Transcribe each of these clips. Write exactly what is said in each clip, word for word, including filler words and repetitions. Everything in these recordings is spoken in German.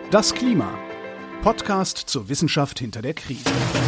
Das Klima. Podcast zur Wissenschaft hinter der Krise.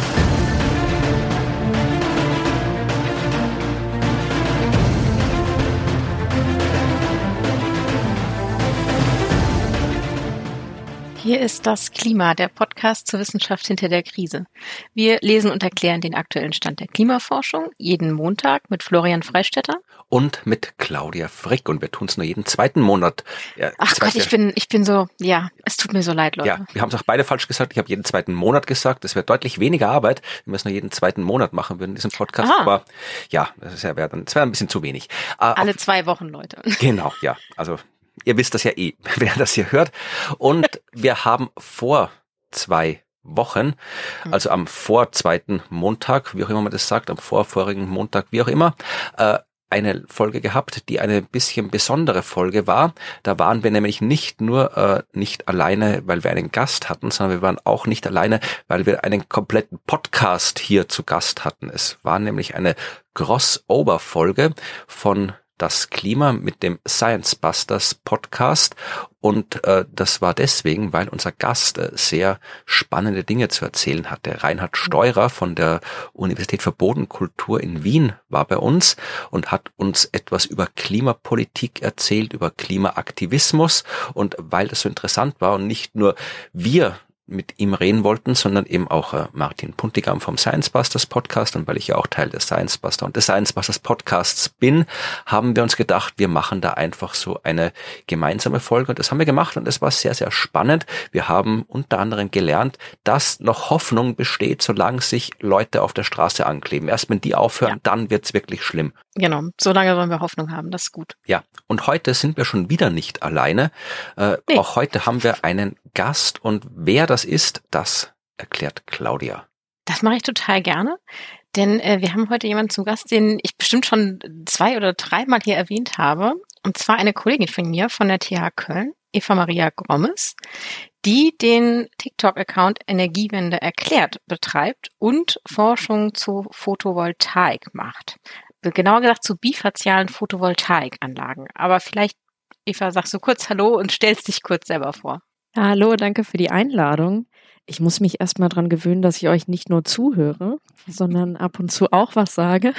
Hier ist das Klima, der Podcast zur Wissenschaft hinter der Krise. Wir lesen und erklären den aktuellen Stand der Klimaforschung jeden Montag mit Florian Freistetter und mit Claudia Frick, und wir tun es nur jeden zweiten Monat. Ja, Ach Gott, ich bin, ich bin so, ja, es tut mir so leid, Leute. Ja, wir haben es auch beide falsch gesagt. Ich habe jeden zweiten Monat gesagt. Das wäre deutlich weniger Arbeit, wenn wir es nur jeden zweiten Monat machen würden in diesem Podcast. Aha. Aber ja, das wäre dann, das wäre ein bisschen zu wenig. Äh, Alle auf, zwei Wochen, Leute. Genau, ja, also ihr wisst das ja eh, wer das hier hört. Und wir haben vor zwei Wochen, also am vorzweiten Montag, wie auch immer man das sagt, am vorvorigen Montag, wie auch immer, äh, eine Folge gehabt, die eine bisschen besondere Folge war. Da waren wir nämlich nicht nur äh, nicht alleine, weil wir einen Gast hatten, sondern wir waren auch nicht alleine, weil wir einen kompletten Podcast hier zu Gast hatten. Es war nämlich eine Crossover-Folge von Das Klima mit dem Science Busters Podcast, und äh, das war deswegen, weil unser Gast äh, sehr spannende Dinge zu erzählen hatte. Reinhard Steurer von der Universität für Bodenkultur in Wien war bei uns und hat uns etwas über Klimapolitik erzählt, über Klimaaktivismus, und weil das so interessant war und nicht nur wir mit ihm reden wollten, sondern eben auch äh, Martin Puntigam vom Science Busters Podcast, und weil ich ja auch Teil des Science Buster und des Science Busters Podcasts bin, haben wir uns gedacht, wir machen da einfach so eine gemeinsame Folge, und das haben wir gemacht, und es war sehr, sehr spannend. Wir haben unter anderem gelernt, dass noch Hoffnung besteht, solange sich Leute auf der Straße ankleben. Erst wenn die aufhören, ja, dann wird's wirklich schlimm. Genau, solange wollen wir Hoffnung haben, das ist gut. Ja, und heute sind wir schon wieder nicht alleine. Äh, nee. Auch heute haben wir einen Gast, und wer das ist, das erklärt Claudia. Das mache ich total gerne, denn äh, wir haben heute jemanden zu Gast, den ich bestimmt schon zwei oder dreimal hier erwähnt habe, und zwar eine Kollegin von mir von der T H Köln, Eva Maria Grommes, die den TikTok-Account Energiewende erklärt betreibt und Forschung zu Photovoltaik macht. Genauer gesagt zu bifazialen Photovoltaikanlagen. Aber vielleicht, Eva, sagst du kurz Hallo und stellst dich kurz selber vor. Hallo, danke für die Einladung. Ich muss mich erstmal dran gewöhnen, dass ich euch nicht nur zuhöre, sondern ab und zu auch was sage.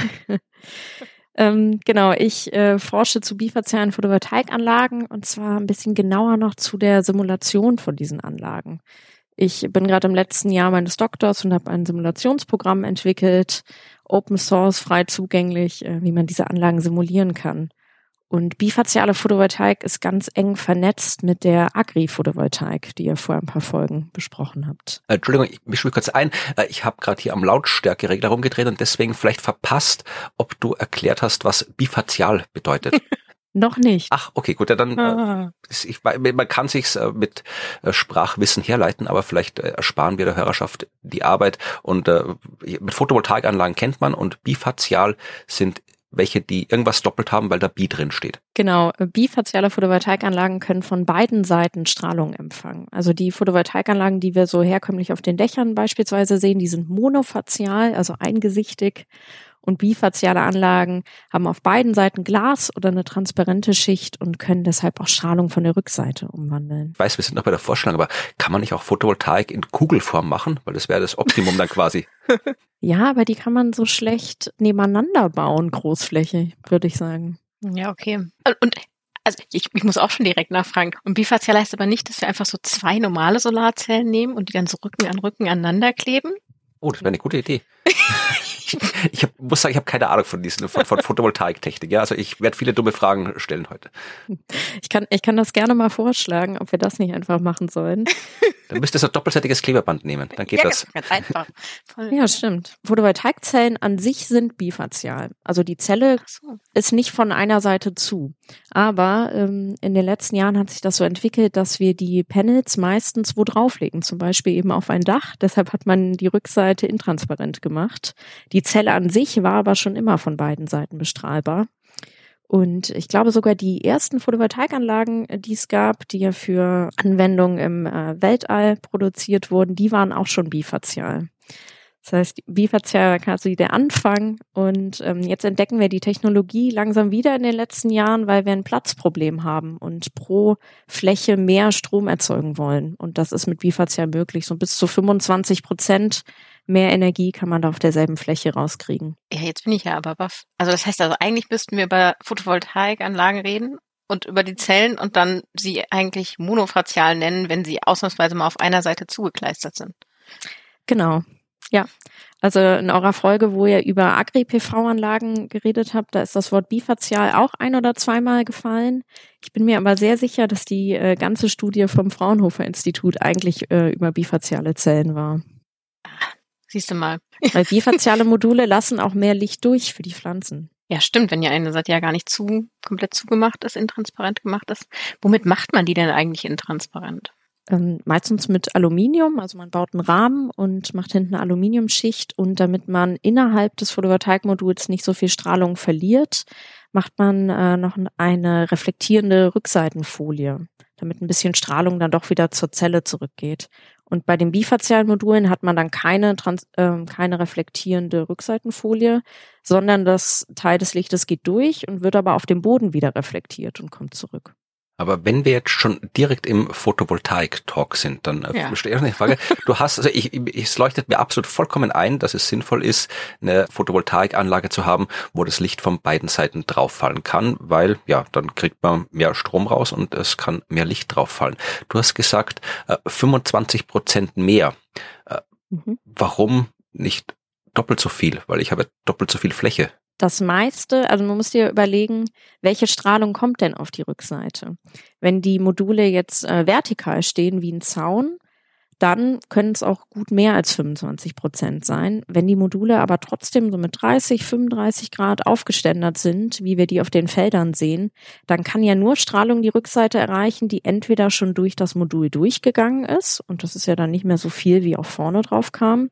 ähm, genau, ich äh, forsche zu bifazialen Photovoltaikanlagen, und zwar ein bisschen genauer noch zu der Simulation von diesen Anlagen. Ich bin gerade im letzten Jahr meines Doktors und habe ein Simulationsprogramm entwickelt, Open Source, frei zugänglich, äh, wie man diese Anlagen simulieren kann. Und bifaziale Photovoltaik ist ganz eng vernetzt mit der Agri-Photovoltaik, die ihr vor ein paar Folgen besprochen habt. Entschuldigung, ich mische mich kurz ein. Ich habe gerade hier am Lautstärkeregler rumgedreht und deswegen vielleicht verpasst, ob du erklärt hast, was bifazial bedeutet. Noch nicht. Ach, okay, gut, ja, dann ah. äh, ich, man kann sich's äh, mit äh, Sprachwissen herleiten, aber vielleicht äh, ersparen wir der Hörerschaft die Arbeit. Und äh, mit Photovoltaikanlagen kennt man, und bifazial sind welche, die irgendwas doppelt haben, weil da Bi drin steht. Genau, bifaziale Photovoltaikanlagen können von beiden Seiten Strahlung empfangen. Also die Photovoltaikanlagen, die wir so herkömmlich auf den Dächern beispielsweise sehen, die sind monofazial, also eingesichtig. Und bifaziale Anlagen haben auf beiden Seiten Glas oder eine transparente Schicht und können deshalb auch Strahlung von der Rückseite umwandeln. Ich weiß, wir sind noch bei der Vorstellung, aber kann man nicht auch Photovoltaik in Kugelform machen? Weil das wäre das Optimum dann quasi. Ja, aber die kann man so schlecht nebeneinander bauen, großflächig, würde ich sagen. Ja, okay. Und also ich, ich muss auch schon direkt nachfragen. Und bifazial heißt aber nicht, dass wir einfach so zwei normale Solarzellen nehmen und die dann so Rücken an Rücken aneinander kleben? Oh, das wäre eine gute Idee. Ich hab, muss sagen, ich habe keine Ahnung von diesen von, von Photovoltaiktechnik. Ja, also ich werde viele dumme Fragen stellen heute. Ich kann, ich kann das gerne mal vorschlagen, ob wir das nicht einfach machen sollen. Dann müsstest du ein doppelseitiges Klebeband nehmen. Dann geht ja, das. Ganz einfach. Voll. Ja, stimmt. Photovoltaikzellen an sich sind bifazial. Also die Zelle so. ist nicht von einer Seite zu. Aber ähm, in den letzten Jahren hat sich das so entwickelt, dass wir die Panels meistens wo drauflegen. Zum Beispiel eben auf ein Dach. Deshalb hat man die Rückseite intransparent gemacht. Die Zelle an sich war aber schon immer von beiden Seiten bestrahlbar. Und ich glaube sogar die ersten Photovoltaikanlagen, die es gab, die ja für Anwendungen im äh, Weltall produziert wurden, die waren auch schon bifazial. Das heißt, Bifacial war quasi der Anfang und ähm, jetzt entdecken wir die Technologie langsam wieder in den letzten Jahren, weil wir ein Platzproblem haben und pro Fläche mehr Strom erzeugen wollen. Und das ist mit Bifacial möglich. So bis zu fünfundzwanzig Prozent mehr Energie kann man da auf derselben Fläche rauskriegen. Ja, jetzt bin ich ja aber baff. Also das heißt also, eigentlich müssten wir über Photovoltaikanlagen reden und über die Zellen und dann sie eigentlich monofazial nennen, wenn sie ausnahmsweise mal auf einer Seite zugekleistert sind. Genau. Ja, also in eurer Folge, wo ihr über Agri-P V-Anlagen geredet habt, da ist das Wort bifacial auch ein- oder zweimal gefallen. Ich bin mir aber sehr sicher, dass die äh, ganze Studie vom Fraunhofer-Institut eigentlich äh, über bifaciale Zellen war. Siehst du mal. Weil bifaciale Module lassen auch mehr Licht durch für die Pflanzen. Ja, stimmt, wenn ja eine Seite ja gar nicht zu komplett zugemacht ist, intransparent gemacht ist. Womit macht man die denn eigentlich intransparent? Ähm, meistens mit Aluminium, also man baut einen Rahmen und macht hinten eine Aluminiumschicht und damit man innerhalb des Photovoltaikmoduls nicht so viel Strahlung verliert, macht man äh, noch eine reflektierende Rückseitenfolie, damit ein bisschen Strahlung dann doch wieder zur Zelle zurückgeht. Und bei den bifacialen Modulen hat man dann keine, trans- äh, keine reflektierende Rückseitenfolie, sondern das Teil des Lichtes geht durch und wird aber auf dem Boden wieder reflektiert und kommt zurück. Aber wenn wir jetzt schon direkt im Photovoltaik-Talk sind, dann äh, Ja. stelle ich eine Frage. Du hast, also ich, ich, es leuchtet mir absolut vollkommen ein, dass es sinnvoll ist, eine Photovoltaikanlage zu haben, wo das Licht von beiden Seiten drauffallen kann, weil ja, dann kriegt man mehr Strom raus und es kann mehr Licht drauffallen. Du hast gesagt, äh, fünfundzwanzig Prozent mehr. Äh, Mhm. Warum nicht doppelt so viel? Weil ich habe doppelt so viel Fläche. Das meiste, also man muss dir überlegen, welche Strahlung kommt denn auf die Rückseite. Wenn die Module jetzt äh, vertikal stehen wie ein Zaun, dann können es auch gut mehr als fünfundzwanzig Prozent sein. Wenn die Module aber trotzdem so mit dreißig, fünfunddreißig Grad aufgeständert sind, wie wir die auf den Feldern sehen, dann kann ja nur Strahlung die Rückseite erreichen, die entweder schon durch das Modul durchgegangen ist, und das ist ja dann nicht mehr so viel, wie auch vorne drauf kam,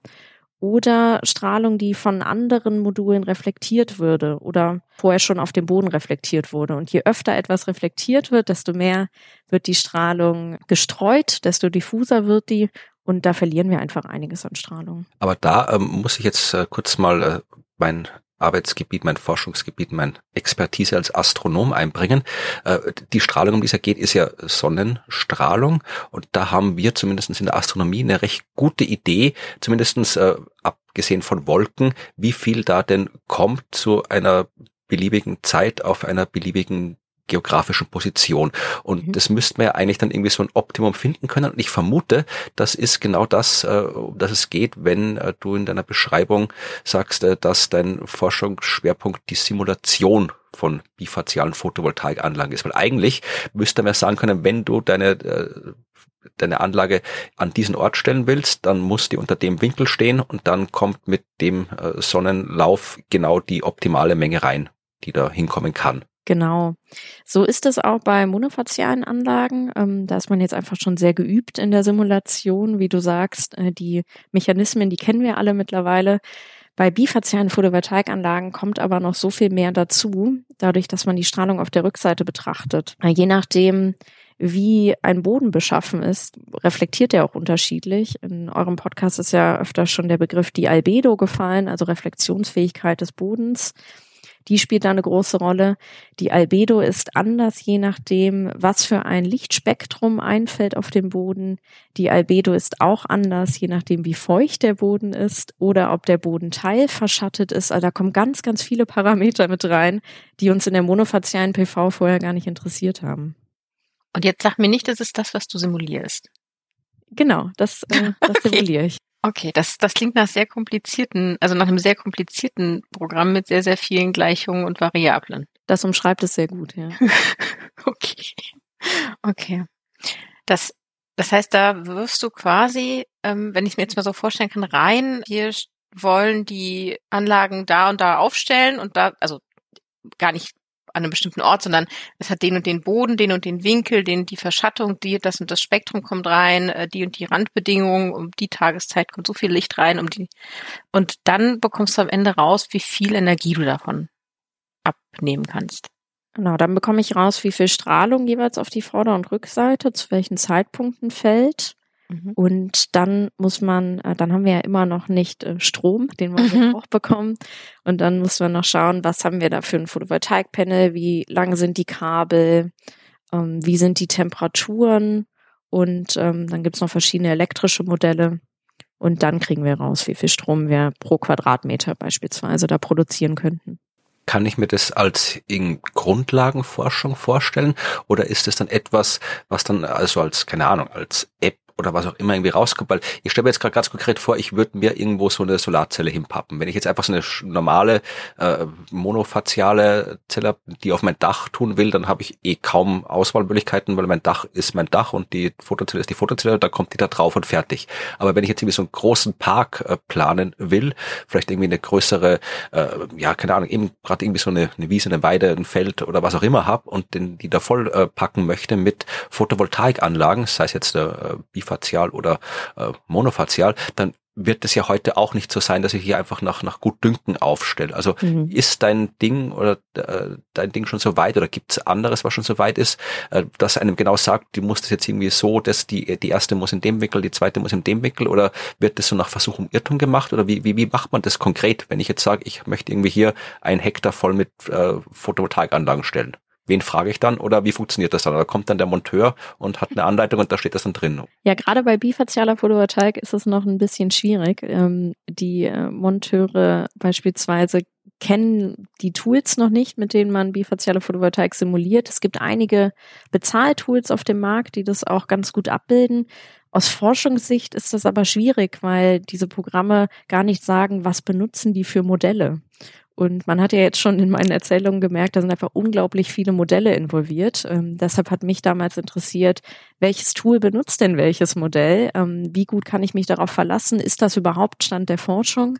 oder Strahlung, die von anderen Modulen reflektiert würde oder vorher schon auf dem Boden reflektiert wurde. Und je öfter etwas reflektiert wird, desto mehr wird die Strahlung gestreut, desto diffuser wird die und da verlieren wir einfach einiges an Strahlung. Aber da ähm, muss ich jetzt äh, kurz mal äh, mein Arbeitsgebiet, mein Forschungsgebiet, mein Expertise als Astronom einbringen. Äh, die Strahlung, um die es ja geht, ist ja Sonnenstrahlung und da haben wir zumindest in der Astronomie eine recht gute Idee, zumindest äh, abgesehen von Wolken, wie viel da denn kommt zu einer beliebigen Zeit auf einer beliebigen geografischen Position. Und mhm. das müssten wir ja eigentlich dann irgendwie so ein Optimum finden können. Und ich vermute, das ist genau das, um das es geht, wenn du in deiner Beschreibung sagst, dass dein Forschungsschwerpunkt die Simulation von bifacialen Photovoltaikanlagen ist. Weil eigentlich müsste man sagen können, wenn du deine deine Anlage an diesen Ort stellen willst, dann muss die unter dem Winkel stehen und dann kommt mit dem Sonnenlauf genau die optimale Menge rein, die da hinkommen kann. Genau. So ist es auch bei monofazialen Anlagen. Ähm, da ist man jetzt einfach schon sehr geübt in der Simulation. Wie du sagst, äh, die Mechanismen, die kennen wir alle mittlerweile. Bei bifacialen Photovoltaikanlagen kommt aber noch so viel mehr dazu, dadurch, dass man die Strahlung auf der Rückseite betrachtet. Je nachdem, wie ein Boden beschaffen ist, reflektiert er auch unterschiedlich. In eurem Podcast ist ja öfter schon der Begriff die Albedo gefallen, also Reflexionsfähigkeit des Bodens. Die spielt da eine große Rolle. Die Albedo ist anders, je nachdem, was für ein Lichtspektrum einfällt auf den Boden. Die Albedo ist auch anders, je nachdem, wie feucht der Boden ist oder ob der Boden teilverschattet ist. Also da kommen ganz, ganz viele Parameter mit rein, die uns in der monofazialen P V vorher gar nicht interessiert haben. Und jetzt sag mir nicht, das ist das, was du simulierst. Genau, das, äh, das Okay. simuliere ich. Okay, das, das klingt nach sehr komplizierten, also nach einem sehr komplizierten Programm mit sehr, sehr vielen Gleichungen und Variablen. Das umschreibt es sehr gut, ja. Okay. Okay. Das, das heißt, da wirfst du quasi, ähm, wenn ich mir jetzt mal so vorstellen kann, rein, wir wollen die Anlagen da und da aufstellen und da, also gar nicht an einem bestimmten Ort, sondern es hat den und den Boden, den und den Winkel, den die Verschattung, die das und das Spektrum kommt rein, die und die Randbedingungen, um die Tageszeit kommt so viel Licht rein, um die und dann bekommst du am Ende raus, wie viel Energie du davon abnehmen kannst. Genau, dann bekomme ich raus, wie viel Strahlung jeweils auf die Vorder- und Rückseite zu welchen Zeitpunkten fällt. Mhm. Und dann muss man, äh, dann haben wir ja immer noch nicht äh, Strom, den wollen wir mhm. auch bekommen. Und dann muss man noch schauen, was haben wir da für ein Photovoltaikpanel, wie lang sind die Kabel, ähm, wie sind die Temperaturen und ähm, dann gibt's noch verschiedene elektrische Modelle. Und dann kriegen wir raus, wie viel Strom wir pro Quadratmeter beispielsweise da produzieren könnten. Kann ich mir das als in Grundlagenforschung vorstellen oder ist es dann etwas, was dann also als, keine Ahnung, als App oder was auch immer irgendwie rauskommt? Weil ich stelle mir jetzt gerade ganz konkret vor, ich würde mir irgendwo so eine Solarzelle hinpappen. Wenn ich jetzt einfach so eine normale äh, monofaziale Zelle, die auf mein Dach tun will, dann habe ich eh kaum Auswahlmöglichkeiten, weil mein Dach ist mein Dach und die Photozelle ist die Photozelle, da kommt die da drauf und fertig. Aber wenn ich jetzt irgendwie so einen großen Park äh, planen will, vielleicht irgendwie eine größere, äh, ja, keine Ahnung, eben gerade irgendwie so eine, eine Wiese, eine Weide, ein Feld oder was auch immer habe und den, die da voll äh, packen möchte mit Photovoltaikanlagen, sei es jetzt äh, bifazial oder äh, monofazial, dann wird es ja heute auch nicht so sein, dass ich hier einfach nach nach Gutdünken aufstelle. Also mhm. ist dein Ding oder äh, dein Ding schon so weit oder gibt es anderes, was schon so weit ist, äh, dass einem genau sagt, du musst das jetzt irgendwie so, dass die die erste muss in dem Winkel, die zweite muss in dem Winkel oder wird das so nach Versuch und Irrtum gemacht oder wie wie wie macht man das konkret, wenn ich jetzt sage, ich möchte irgendwie hier ein Hektar voll mit äh, Photovoltaikanlagen stellen? Wen frage ich dann oder wie funktioniert das dann? Oder kommt dann der Monteur und hat eine Anleitung und da steht das dann drin? Ja, gerade bei bifazialer Photovoltaik ist es noch ein bisschen schwierig. Ähm, die äh, Monteure beispielsweise kennen die Tools noch nicht, mit denen man bifaziale Photovoltaik simuliert. Es gibt einige Bezahltools auf dem Markt, die das auch ganz gut abbilden. Aus Forschungssicht ist das aber schwierig, weil diese Programme gar nicht sagen, was benutzen die für Modelle. Und man hat ja jetzt schon in meinen Erzählungen gemerkt, da sind einfach unglaublich viele Modelle involviert. Ähm, deshalb hat mich damals interessiert, welches Tool benutzt denn welches Modell? Ähm, wie gut kann ich mich darauf verlassen? Ist das überhaupt Stand der Forschung?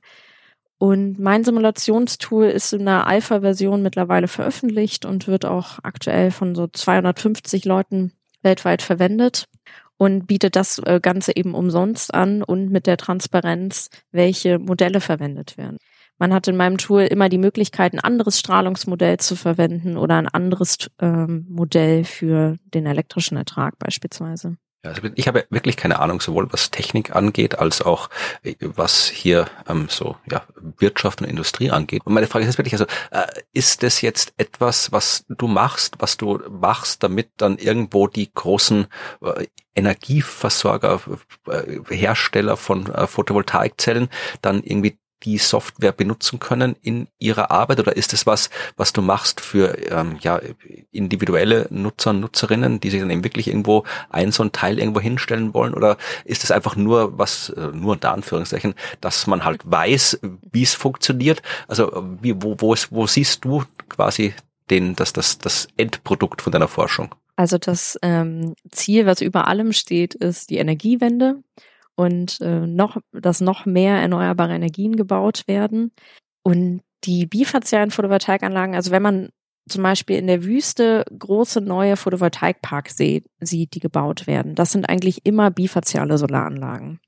Und mein Simulationstool ist in einer Alpha-Version mittlerweile veröffentlicht und wird auch aktuell von so zweihundertfünfzig Leuten weltweit verwendet und bietet das Ganze eben umsonst an und mit der Transparenz, welche Modelle verwendet werden. Man hat in meinem Tool immer die Möglichkeit, ein anderes Strahlungsmodell zu verwenden oder ein anderes ähm, Modell für den elektrischen Ertrag beispielsweise. Ja, also ich habe wirklich keine Ahnung, sowohl was Technik angeht, als auch was hier ähm, so ja Wirtschaft und Industrie angeht. Und meine Frage ist jetzt wirklich, also äh, ist das jetzt etwas, was du machst, was du machst, damit dann irgendwo die großen äh, Energieversorger, äh, Hersteller von äh, Photovoltaikzellen dann irgendwie die Software benutzen können in ihrer Arbeit oder ist es was, was du machst für ähm, ja individuelle Nutzer und Nutzerinnen, die sich dann eben wirklich irgendwo ein so ein Teil irgendwo hinstellen wollen oder ist es einfach nur was, äh, nur unter Anführungszeichen, dass man halt weiß, wie es funktioniert? Also wie, wo, wo, ist, wo siehst du quasi den, das, das, das Endprodukt von deiner Forschung? Also das ähm, Ziel, was über allem steht, ist die Energiewende. Und äh, noch, dass noch mehr erneuerbare Energien gebaut werden. Und die bifazialen Photovoltaikanlagen, also wenn man zum Beispiel in der Wüste große neue Photovoltaikparks sieht, sieht, die gebaut werden, das sind eigentlich immer bifaziale Solaranlagen.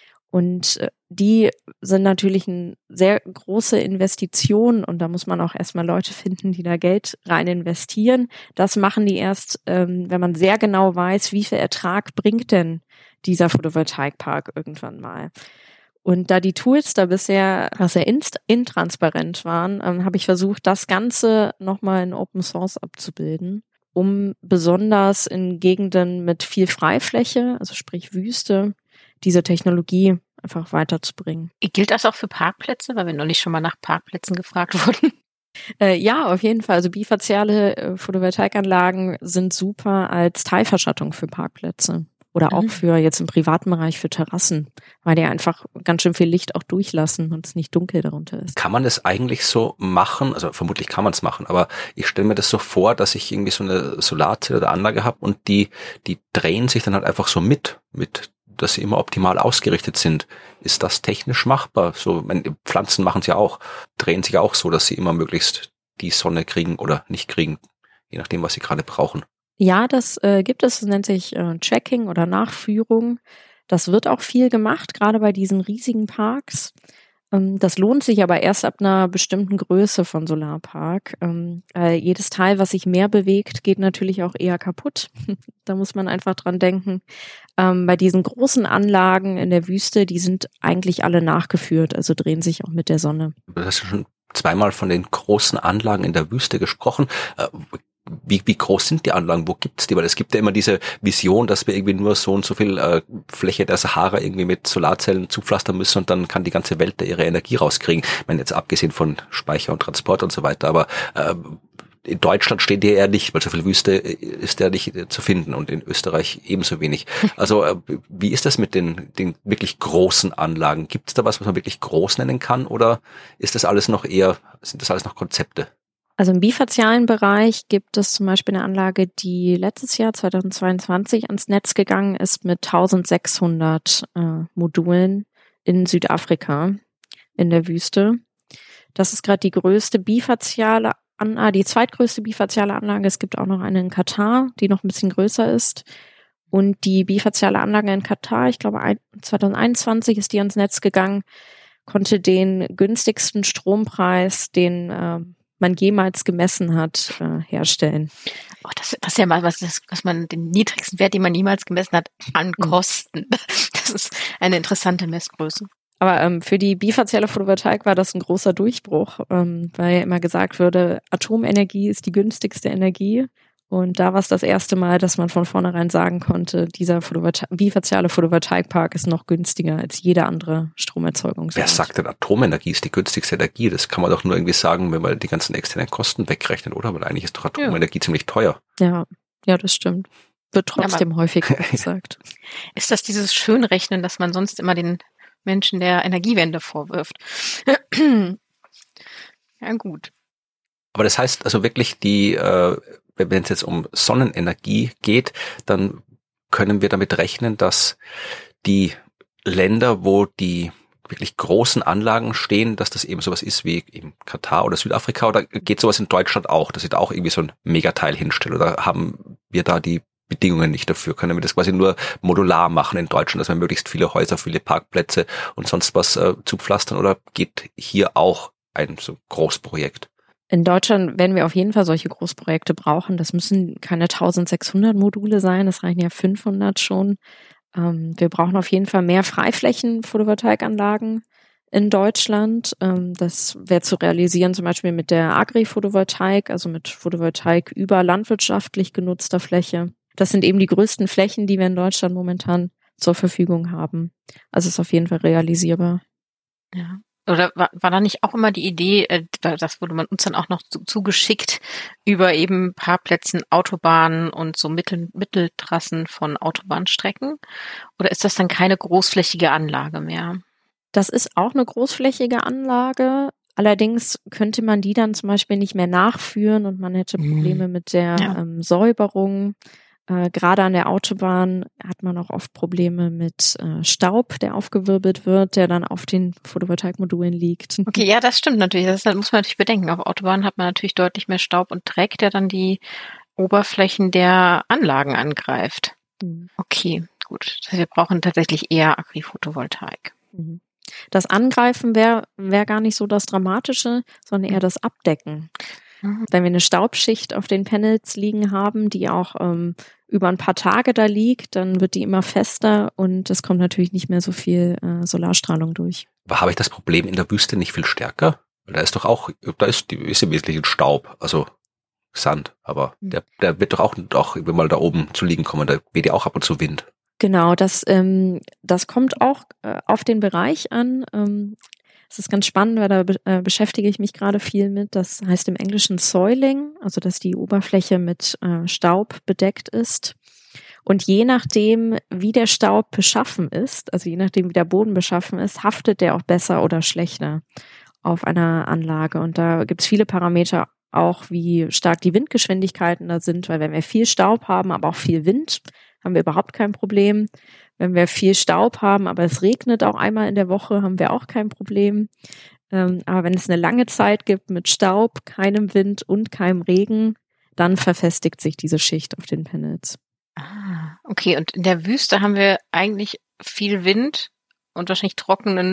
Und äh, die sind natürlich eine sehr große Investition und da muss man auch erstmal Leute finden, die da Geld rein investieren. Das machen die erst, ähm, wenn man sehr genau weiß, wie viel Ertrag bringt denn dieser Photovoltaikpark irgendwann mal. Und da die Tools da bisher sehr intransparent waren, ähm, habe ich versucht, das Ganze nochmal in Open Source abzubilden, um besonders in Gegenden mit viel Freifläche, also sprich Wüste, diese Technologie einfach weiterzubringen. Gilt das auch für Parkplätze, weil wir noch nicht schon mal nach Parkplätzen gefragt wurden? Äh, ja, auf jeden Fall. Also bifaziale äh, Photovoltaikanlagen sind super als Teilverschattung für Parkplätze. Oder auch für jetzt im privaten Bereich für Terrassen, weil die einfach ganz schön viel Licht auch durchlassen und es nicht dunkel darunter ist. Kann man das eigentlich so machen? Also vermutlich kann man es machen, aber ich stelle mir das so vor, dass ich irgendwie so eine Solarzelle oder Anlage habe und die die drehen sich dann halt einfach so mit, mit, dass sie immer optimal ausgerichtet sind. Ist das technisch machbar? So, meine, Pflanzen machen es ja auch, drehen sich ja auch so, dass sie immer möglichst die Sonne kriegen oder nicht kriegen, je nachdem, was sie gerade brauchen. Ja, das äh, gibt es, das nennt sich äh, Tracking oder Nachführung. Das wird auch viel gemacht, gerade bei diesen riesigen Parks. Das lohnt sich aber erst ab einer bestimmten Größe von Solarpark. Ähm, äh, jedes Teil, was sich mehr bewegt, geht natürlich auch eher kaputt. Da muss man einfach dran denken. Ähm, bei diesen großen Anlagen in der Wüste, die sind eigentlich alle nachgeführt, also drehen sich auch mit der Sonne. Du hast ja schon zweimal von den großen Anlagen in der Wüste gesprochen. Äh, Wie, wie groß sind die Anlagen? Wo gibt's die? Weil es gibt ja immer diese Vision, dass wir irgendwie nur so und so viel äh, Fläche der Sahara irgendwie mit Solarzellen zupflastern müssen und dann kann die ganze Welt da ihre Energie rauskriegen. Ich meine, jetzt abgesehen von Speicher und Transport und so weiter, aber äh, in Deutschland stehen die eher nicht, weil so viel Wüste ist ja nicht zu finden und in Österreich ebenso wenig. Also äh, wie ist das mit den, den wirklich großen Anlagen? Gibt's da was, was man wirklich groß nennen kann oder ist das alles noch eher, sind das alles noch Konzepte? Also im bifazialen Bereich gibt es zum Beispiel eine Anlage, die letztes Jahr zweitausendzweiundzwanzig ans Netz gegangen ist mit eintausendsechshundert äh, Modulen in Südafrika in der Wüste. Das ist gerade die größte bifaziale Anlage, die zweitgrößte bifaziale Anlage. Es gibt auch noch eine in Katar, die noch ein bisschen größer ist. Und die bifaziale Anlage in Katar, ich glaube zweitausendeinundzwanzig ist die ans Netz gegangen, konnte den günstigsten Strompreis, den äh, man jemals gemessen hat, äh, herstellen. Oh, das, das ist ja mal was, das, was man den niedrigsten Wert, den man jemals gemessen hat, an Kosten. Das ist eine interessante Messgröße. Aber ähm, für die bifaziale Photovoltaik war das ein großer Durchbruch, ähm, weil immer gesagt wurde, Atomenergie ist die günstigste Energie. Und da war es das erste Mal, dass man von vornherein sagen konnte, dieser Photovolta- bifaziale Photovoltaikpark ist noch günstiger als jede andere Stromerzeugung. Wer sagt denn, Atomenergie ist die günstigste Energie? Das kann man doch nur irgendwie sagen, wenn man die ganzen externen Kosten wegrechnet, oder? Weil eigentlich ist doch Atomenergie ja ziemlich teuer. Ja, ja, das stimmt. Wird trotzdem ja, häufig gesagt. Ist das dieses Schönrechnen, dass man sonst immer den Menschen der Energiewende vorwirft? Ja, gut. Aber das heißt also wirklich, die äh, wenn es jetzt um Sonnenenergie geht, dann können wir damit rechnen, dass die Länder, wo die wirklich großen Anlagen stehen, dass das eben sowas ist wie eben Katar oder Südafrika, oder geht sowas in Deutschland auch, dass ich da auch irgendwie so ein Megateil hinstelle, oder haben wir da die Bedingungen nicht dafür? Können wir das quasi nur modular machen in Deutschland, dass wir möglichst viele Häuser, viele Parkplätze und sonst was äh, zupflastern, oder geht hier auch ein so Großprojekt? In Deutschland werden wir auf jeden Fall solche Großprojekte brauchen. Das müssen keine eintausendsechshundert Module sein, das reichen ja fünfhundert schon. Ähm, wir brauchen auf jeden Fall mehr Freiflächen-Photovoltaikanlagen in Deutschland. Ähm, das wäre zu realisieren zum Beispiel mit der Agri-Photovoltaik, also mit Photovoltaik über landwirtschaftlich genutzter Fläche. Das sind eben die größten Flächen, die wir in Deutschland momentan zur Verfügung haben. Also ist auf jeden Fall realisierbar. Ja. Oder war, war da nicht auch immer die Idee, äh, das wurde man uns dann auch noch zu, zugeschickt, über eben Parkplätzen, Autobahnen und so Mittel, Mitteltrassen von Autobahnstrecken? Oder ist das dann keine großflächige Anlage mehr? Das ist auch eine großflächige Anlage. Allerdings könnte man die dann zum Beispiel nicht mehr nachführen und man hätte Probleme mhm. mit der ja. ähm, Säuberung. Äh, gerade an der Autobahn hat man auch oft Probleme mit äh, Staub, der aufgewirbelt wird, der dann auf den Photovoltaikmodulen liegt. Okay, ja, das stimmt natürlich. Das muss man natürlich bedenken. Auf Autobahnen hat man natürlich deutlich mehr Staub und Dreck, der dann die Oberflächen der Anlagen angreift. Mhm. Okay, gut. Wir brauchen tatsächlich eher Agri-Photovoltaik. Mhm. Das Angreifen wäre wär gar nicht so das Dramatische, sondern eher das Abdecken. Mhm. Wenn wir eine Staubschicht auf den Panels liegen haben, die auch ähm, über ein paar Tage da liegt, dann wird die immer fester und es kommt natürlich nicht mehr so viel äh, Solarstrahlung durch. Aber habe ich das Problem in der Wüste nicht viel stärker? Da ist doch auch, da ist, ist im Wesentlichen Staub, also Sand, aber mhm. der, der wird doch auch, auch mal da oben zu liegen kommen, da weht ja auch ab und zu Wind. Genau, das, ähm, das kommt auch äh, auf den Bereich an. Ähm, es ist ganz spannend, weil da be- äh, beschäftige ich mich gerade viel mit. Das heißt im Englischen Soiling, also dass die Oberfläche mit äh, Staub bedeckt ist. Und je nachdem, wie der Staub beschaffen ist, also je nachdem, wie der Boden beschaffen ist, haftet der auch besser oder schlechter auf einer Anlage. Und da gibt es viele Parameter, auch wie stark die Windgeschwindigkeiten da sind, weil wenn wir viel Staub haben, aber auch viel Wind, haben wir überhaupt kein Problem. Wenn wir viel Staub haben, aber es regnet auch einmal in der Woche, haben wir auch kein Problem. Ähm, aber wenn es eine lange Zeit gibt mit Staub, keinem Wind und keinem Regen, dann verfestigt sich diese Schicht auf den Panels. Ah, okay. Und in der Wüste haben wir eigentlich viel Wind und wahrscheinlich trockenen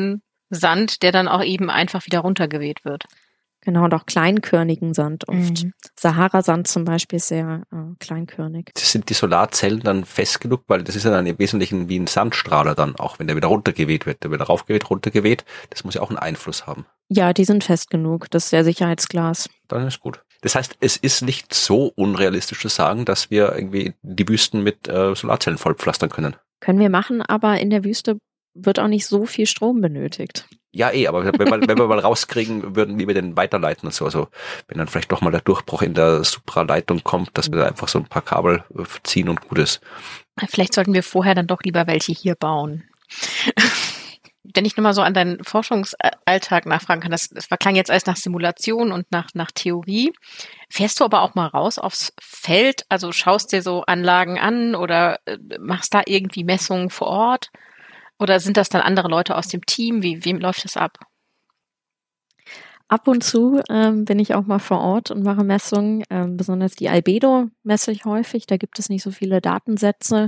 Sand, der dann auch eben einfach wieder runtergeweht wird. Genau, und auch kleinkörnigen Sand oft. Mhm. Sahara-Sand zum Beispiel ist sehr äh, kleinkörnig. Sind die Solarzellen dann fest genug? Weil das ist ja dann im Wesentlichen wie ein Sandstrahler dann, auch wenn der wieder runtergeweht wird. Der wird raufgeweht, runtergeweht. Das muss ja auch einen Einfluss haben. Ja, die sind fest genug. Das ist ja Sicherheitsglas. Dann ist gut. Das heißt, es ist nicht so unrealistisch zu sagen, dass wir irgendwie die Wüsten mit äh, Solarzellen vollpflastern können. Können wir machen, aber in der Wüste wird auch nicht so viel Strom benötigt. Ja, eh, aber wenn wir, wenn wir mal rauskriegen würden, wie wir den weiterleiten und so, also wenn dann vielleicht doch mal der Durchbruch in der Supraleitung kommt, dass wir da einfach so ein paar Kabel ziehen und gut ist. Vielleicht sollten wir vorher dann doch lieber welche hier bauen. Wenn ich nochmal so an deinen Forschungsalltag nachfragen kann, das, das klang jetzt alles nach Simulation und nach, nach Theorie. Fährst du aber auch mal raus aufs Feld, also schaust dir so Anlagen an oder machst da irgendwie Messungen vor Ort? Oder sind das dann andere Leute aus dem Team? Wie, wie läuft das ab? Ab und zu ähm, bin ich auch mal vor Ort und mache Messungen. Ähm, besonders die Albedo messe ich häufig. Da gibt es nicht so viele Datensätze.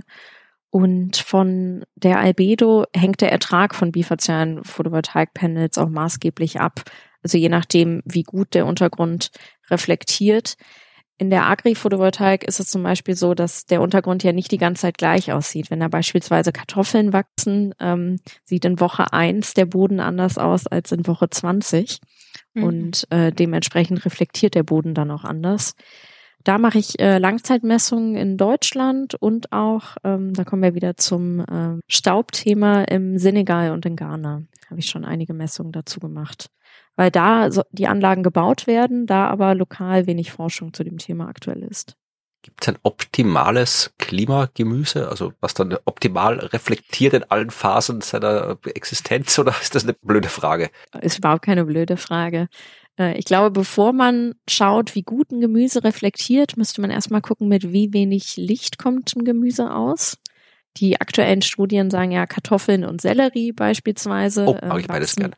Und von der Albedo hängt der Ertrag von bifazialen Photovoltaikpanels auch maßgeblich ab. Also je nachdem, wie gut der Untergrund reflektiert. In der Agri-Photovoltaik ist es zum Beispiel so, dass der Untergrund ja nicht die ganze Zeit gleich aussieht. Wenn da beispielsweise Kartoffeln wachsen, ähm, sieht in Woche eins der Boden anders aus als in Woche zwanzig. Mhm. Und äh, dementsprechend reflektiert der Boden dann auch anders. Da mache ich äh, Langzeitmessungen in Deutschland und auch, ähm, da kommen wir wieder zum äh, Staubthema, im Senegal und in Ghana. Habe ich schon einige Messungen dazu gemacht. Weil da so die Anlagen gebaut werden, da aber lokal wenig Forschung zu dem Thema aktuell ist. Gibt es ein optimales Klimagemüse, also was dann optimal reflektiert in allen Phasen seiner Existenz, oder ist das eine blöde Frage? Ist überhaupt keine blöde Frage. Ich glaube, bevor man schaut, wie gut ein Gemüse reflektiert, müsste man erstmal gucken, mit wie wenig Licht kommt ein Gemüse aus. Die aktuellen Studien sagen ja, Kartoffeln und Sellerie beispielsweise oh, mag ich beides gern.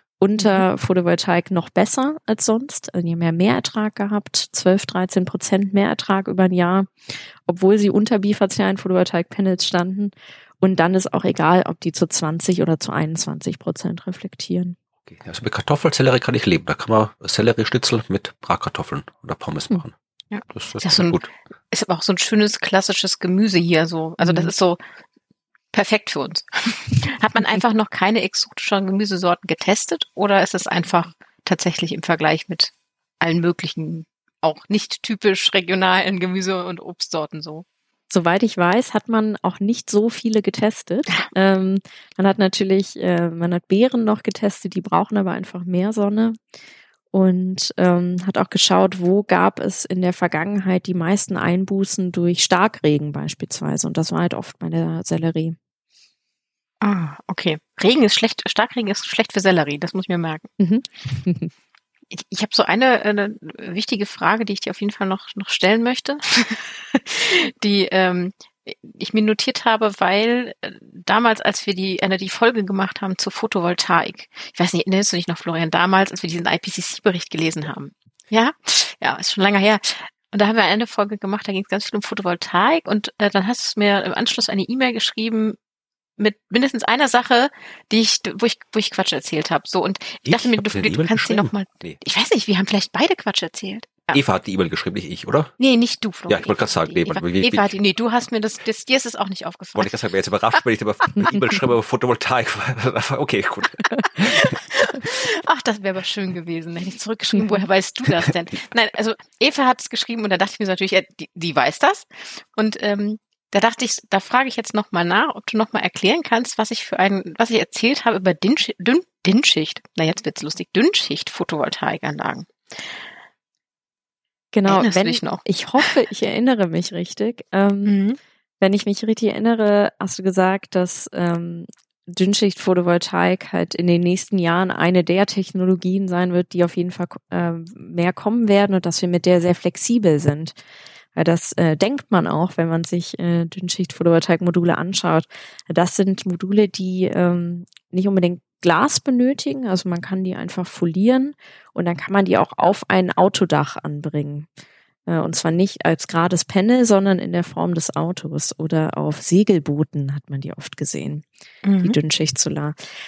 Unter Photovoltaik noch besser als sonst. Also die haben ja Mehrertrag gehabt, zwölf, dreizehn Prozent Mehrertrag über ein Jahr, obwohl sie unter bifazialen Photovoltaik-Panels standen. Und dann ist auch egal, ob die zu zwanzig oder zu einundzwanzig Prozent reflektieren. Okay. Also mit Kartoffelsellerie kann ich leben. Da kann man Sellerieschnitzel mit Bratkartoffeln oder Pommes machen. Ja. Das, das ist, ja so ein, gut. Ist aber auch so ein schönes klassisches Gemüse hier. So. Also das ist so perfekt für uns. Hat man einfach noch keine exotischen Gemüsesorten getestet oder ist es einfach tatsächlich im Vergleich mit allen möglichen, auch nicht typisch regionalen Gemüse- und Obstsorten so? Soweit ich weiß, hat man auch nicht so viele getestet. ähm, man hat natürlich, äh, man hat Beeren noch getestet, die brauchen aber einfach mehr Sonne. Und ähm, hat auch geschaut, wo gab es in der Vergangenheit die meisten Einbußen durch Starkregen beispielsweise. Und das war halt oft bei der Sellerie. Ah, okay. Regen ist schlecht, Starkregen ist schlecht für Sellerie, das muss ich mir merken. Mhm. ich ich habe so eine, eine wichtige Frage, die ich dir auf jeden Fall noch, noch stellen möchte, die ähm, ich mir notiert habe, weil äh, damals, als wir die eine die Folge gemacht haben zur Photovoltaik, ich weiß nicht, erinnerst du dich noch, Florian, damals, als wir diesen I P C C-Bericht gelesen haben? Ja? Ja, ist schon lange her. Und da haben wir eine Folge gemacht, da ging es ganz viel um Photovoltaik und äh, dann hast du mir im Anschluss eine E-Mail geschrieben, mit mindestens einer Sache, die ich, wo ich, wo ich Quatsch erzählt habe. So, und ich, ich dachte mir, du, du kannst sie nochmal. Nee. Ich weiß nicht, wir haben vielleicht beide Quatsch erzählt. Ja. Eva hat die E-Mail geschrieben, nicht ich, oder? Nee, nicht du, Florian. Ja, ich wollte gerade sagen, nee, Eva, wie, wie, Eva hat die, nee, du hast mir das, das, dir ist es auch nicht aufgefallen. Wollte ich sagen, wäre jetzt überrascht, wenn ich über eine E-Mail schreibe über Photovoltaik. Okay, gut. Ach, das wäre aber schön gewesen. Hätte ich zurückgeschrieben, woher weißt du das denn? Nein, also Eva hat es geschrieben und da dachte ich mir so natürlich, die, die weiß das. Und ähm, da dachte ich, da frage ich jetzt nochmal nach, ob du nochmal erklären kannst, was ich für ein, was ich erzählt habe über Dünnschicht, Dünn, Dünnschicht, na jetzt wird's lustig, Dünnschicht-Photovoltaikanlagen. Genau, wenn, ich, noch? ich hoffe, ich erinnere mich richtig. Ähm, mhm. Wenn ich mich richtig erinnere, hast du gesagt, dass ähm, Dünnschicht-Photovoltaik halt in den nächsten Jahren eine der Technologien sein wird, die auf jeden Fall äh, mehr kommen werden und dass wir mit der sehr flexibel sind. Weil das äh, denkt man auch, wenn man sich äh, Dünnschicht-Photovoltaik-Module anschaut. Das sind Module, die ähm, nicht unbedingt Glas benötigen, also man kann die einfach folieren und dann kann man die auch auf ein Autodach anbringen. Äh, und zwar nicht als gerades Panel, sondern in der Form des Autos oder auf Segelbooten hat man die oft gesehen, mhm. die Dünnschicht Solar.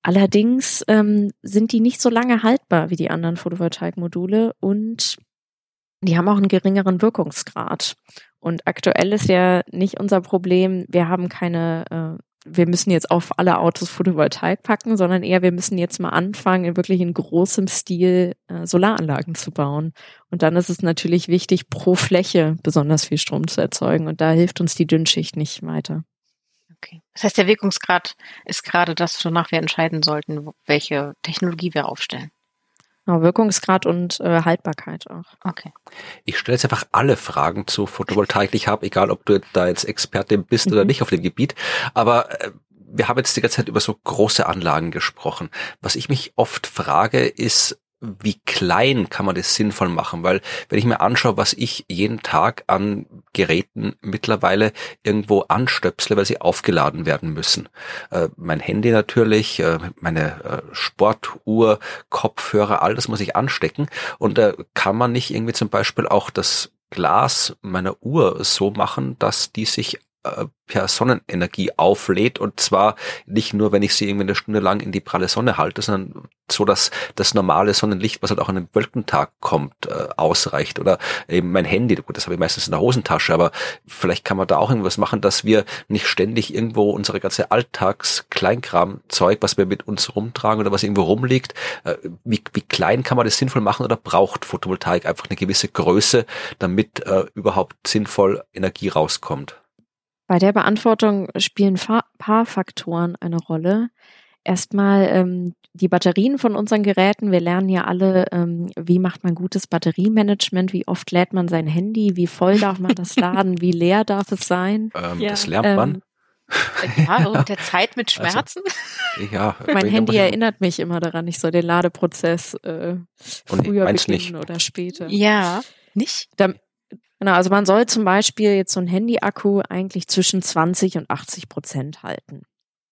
Allerdings ähm, sind die nicht so lange haltbar wie die anderen Photovoltaikmodule und die haben auch einen geringeren Wirkungsgrad. Und aktuell ist ja nicht unser Problem, wir haben keine, äh, wir müssen jetzt auf alle Autos Photovoltaik packen, sondern eher, wir müssen jetzt mal anfangen, in wirklich in großem Stil äh, Solaranlagen zu bauen. Und dann ist es natürlich wichtig, pro Fläche besonders viel Strom zu erzeugen. Und da hilft uns die Dünnschicht nicht weiter. Okay. Das heißt, der Wirkungsgrad ist gerade das, wonach wir entscheiden sollten, welche Technologie wir aufstellen. Ja, Wirkungsgrad und äh, Haltbarkeit auch. Okay. Ich stelle jetzt einfach alle Fragen zu Photovoltaik, die ich habe, egal ob du da jetzt Expertin bist mhm. oder nicht auf dem Gebiet. Aber äh, wir haben jetzt die ganze Zeit über so große Anlagen gesprochen. Was ich mich oft frage, ist, wie klein kann man das sinnvoll machen? Weil wenn ich mir anschaue, was ich jeden Tag an Geräten mittlerweile irgendwo anstöpsle, weil sie aufgeladen werden müssen. Äh, mein Handy natürlich, äh, meine äh, Sportuhr, Kopfhörer, all das muss ich anstecken. Und da äh, kann man nicht irgendwie zum Beispiel auch das Glas meiner Uhr so machen, dass die sich per Sonnenenergie auflädt, und zwar nicht nur, wenn ich sie irgendwie eine Stunde lang in die pralle Sonne halte, sondern so, dass das normale Sonnenlicht, was halt auch an einem Wolkentag kommt, äh, ausreicht. Oder eben mein Handy, gut, das habe ich meistens in der Hosentasche, aber vielleicht kann man da auch irgendwas machen, dass wir nicht ständig irgendwo unsere ganze Alltags-Kleinkram-Zeug, was wir mit uns rumtragen oder was irgendwo rumliegt, äh, wie, wie klein kann man das sinnvoll machen, oder braucht Photovoltaik einfach eine gewisse Größe, damit äh, überhaupt sinnvoll Energie rauskommt? Bei der Beantwortung spielen ein paar Faktoren eine Rolle. Erstmal ähm, die Batterien von unseren Geräten. Wir lernen ja alle, ähm, wie macht man gutes Batteriemanagement, wie oft lädt man sein Handy, wie voll darf man das laden, wie leer darf es sein. Ähm, ja. Das lernt man. Ähm, ja, so mit der Zeit mit Schmerzen. Also, ja, mein Handy erinnert mich immer daran, ich soll den Ladeprozess äh, früher beginnen nicht. oder später. Ja, nicht? Da, Genau, also man soll zum Beispiel jetzt so ein Handy-Akku eigentlich zwischen zwanzig und achtzig Prozent halten.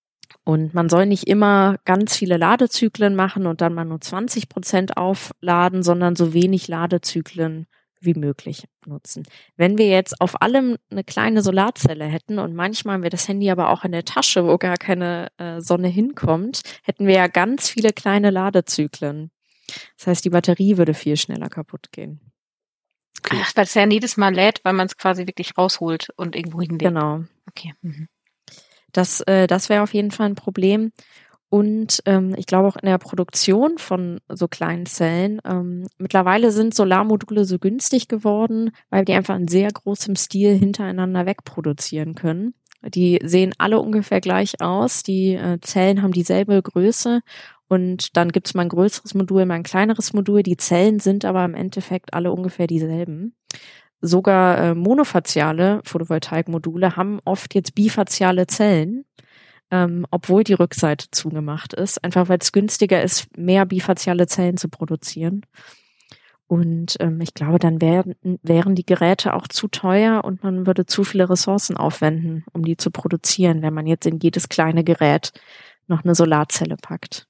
Und man soll nicht immer ganz viele Ladezyklen machen und dann mal nur zwanzig Prozent aufladen, sondern so wenig Ladezyklen wie möglich nutzen. Wenn wir jetzt auf allem eine kleine Solarzelle hätten und manchmal haben wir das Handy aber auch in der Tasche, wo gar keine äh, Sonne hinkommt, hätten wir ja ganz viele kleine Ladezyklen. Das heißt, die Batterie würde viel schneller kaputt gehen. Okay. Ach, weil es ja jedes Mal lädt, weil man es quasi wirklich rausholt und irgendwo hinlegt. Genau. Okay. Mhm. Das, äh, das wäre auf jeden Fall ein Problem. Und ähm, ich glaube auch in der Produktion von so kleinen Zellen, ähm, mittlerweile sind Solarmodule so günstig geworden, weil die einfach in sehr großem Stil hintereinander wegproduzieren können. Die sehen alle ungefähr gleich aus. Die äh, Zellen haben dieselbe Größe. Und dann gibt's mal ein größeres Modul, mal ein kleineres Modul. Die Zellen sind aber im Endeffekt alle ungefähr dieselben. Sogar äh, monofaziale Photovoltaikmodule haben oft jetzt bifaziale Zellen, ähm, obwohl die Rückseite zugemacht ist. Einfach weil es günstiger ist, mehr bifaziale Zellen zu produzieren. Und ähm, ich glaube, dann wären, wären die Geräte auch zu teuer und man würde zu viele Ressourcen aufwenden, um die zu produzieren, wenn man jetzt in jedes kleine Gerät noch eine Solarzelle packt.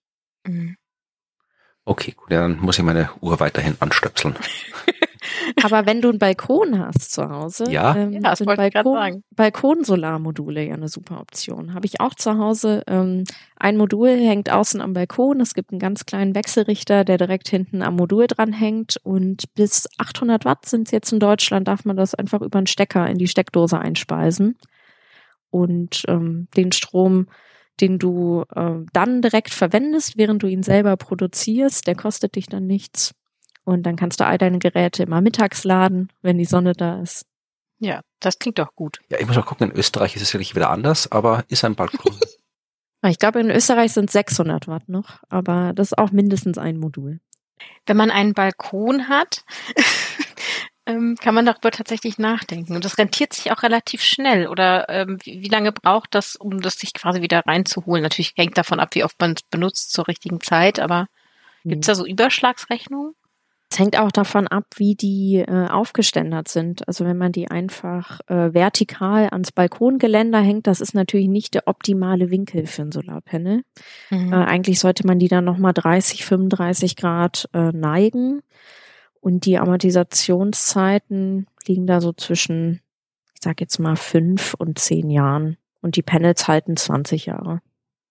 Okay, gut, ja, dann muss ich meine Uhr weiterhin anstöpseln. Aber wenn du einen Balkon hast zu Hause, ja, ähm, ja das sind wollte ich gerade Balkon, sagen. Balkonsolarmodule ja eine super Option. Habe ich auch zu Hause. Ähm, ein Modul hängt außen am Balkon. Es gibt einen ganz kleinen Wechselrichter, der direkt hinten am Modul dran hängt. Und bis achthundert Watt sind es jetzt in Deutschland, darf man das einfach über einen Stecker in die Steckdose einspeisen. Und ähm, den Strom, den du äh, dann direkt verwendest, während du ihn selber produzierst, der kostet dich dann nichts. Und dann kannst du all deine Geräte immer mittags laden, wenn die Sonne da ist. Ja, das klingt doch gut. Ja, ich muss mal gucken, in Österreich ist es sicherlich wieder anders, aber ist ein Balkon. Ich glaube, in Österreich sind sechshundert Watt noch, aber das ist auch mindestens ein Modul. Wenn man einen Balkon hat, kann man darüber tatsächlich nachdenken. Und das rentiert sich auch relativ schnell. Oder ähm, wie, wie lange braucht das, um das sich quasi wieder reinzuholen? Natürlich hängt davon ab, wie oft man es benutzt zur richtigen Zeit, aber hm. gibt es da so Überschlagsrechnungen? Es hängt auch davon ab, wie die äh, aufgeständert sind. Also wenn man die einfach äh, vertikal ans Balkongeländer hängt, das ist natürlich nicht der optimale Winkel für ein Solarpanel. Mhm. Äh, eigentlich sollte man die dann nochmal dreißig, fünfunddreißig Grad äh, neigen. Und die Amortisationszeiten liegen da so zwischen, ich sag jetzt mal, fünf und zehn Jahren. Und die Panels halten zwanzig Jahre.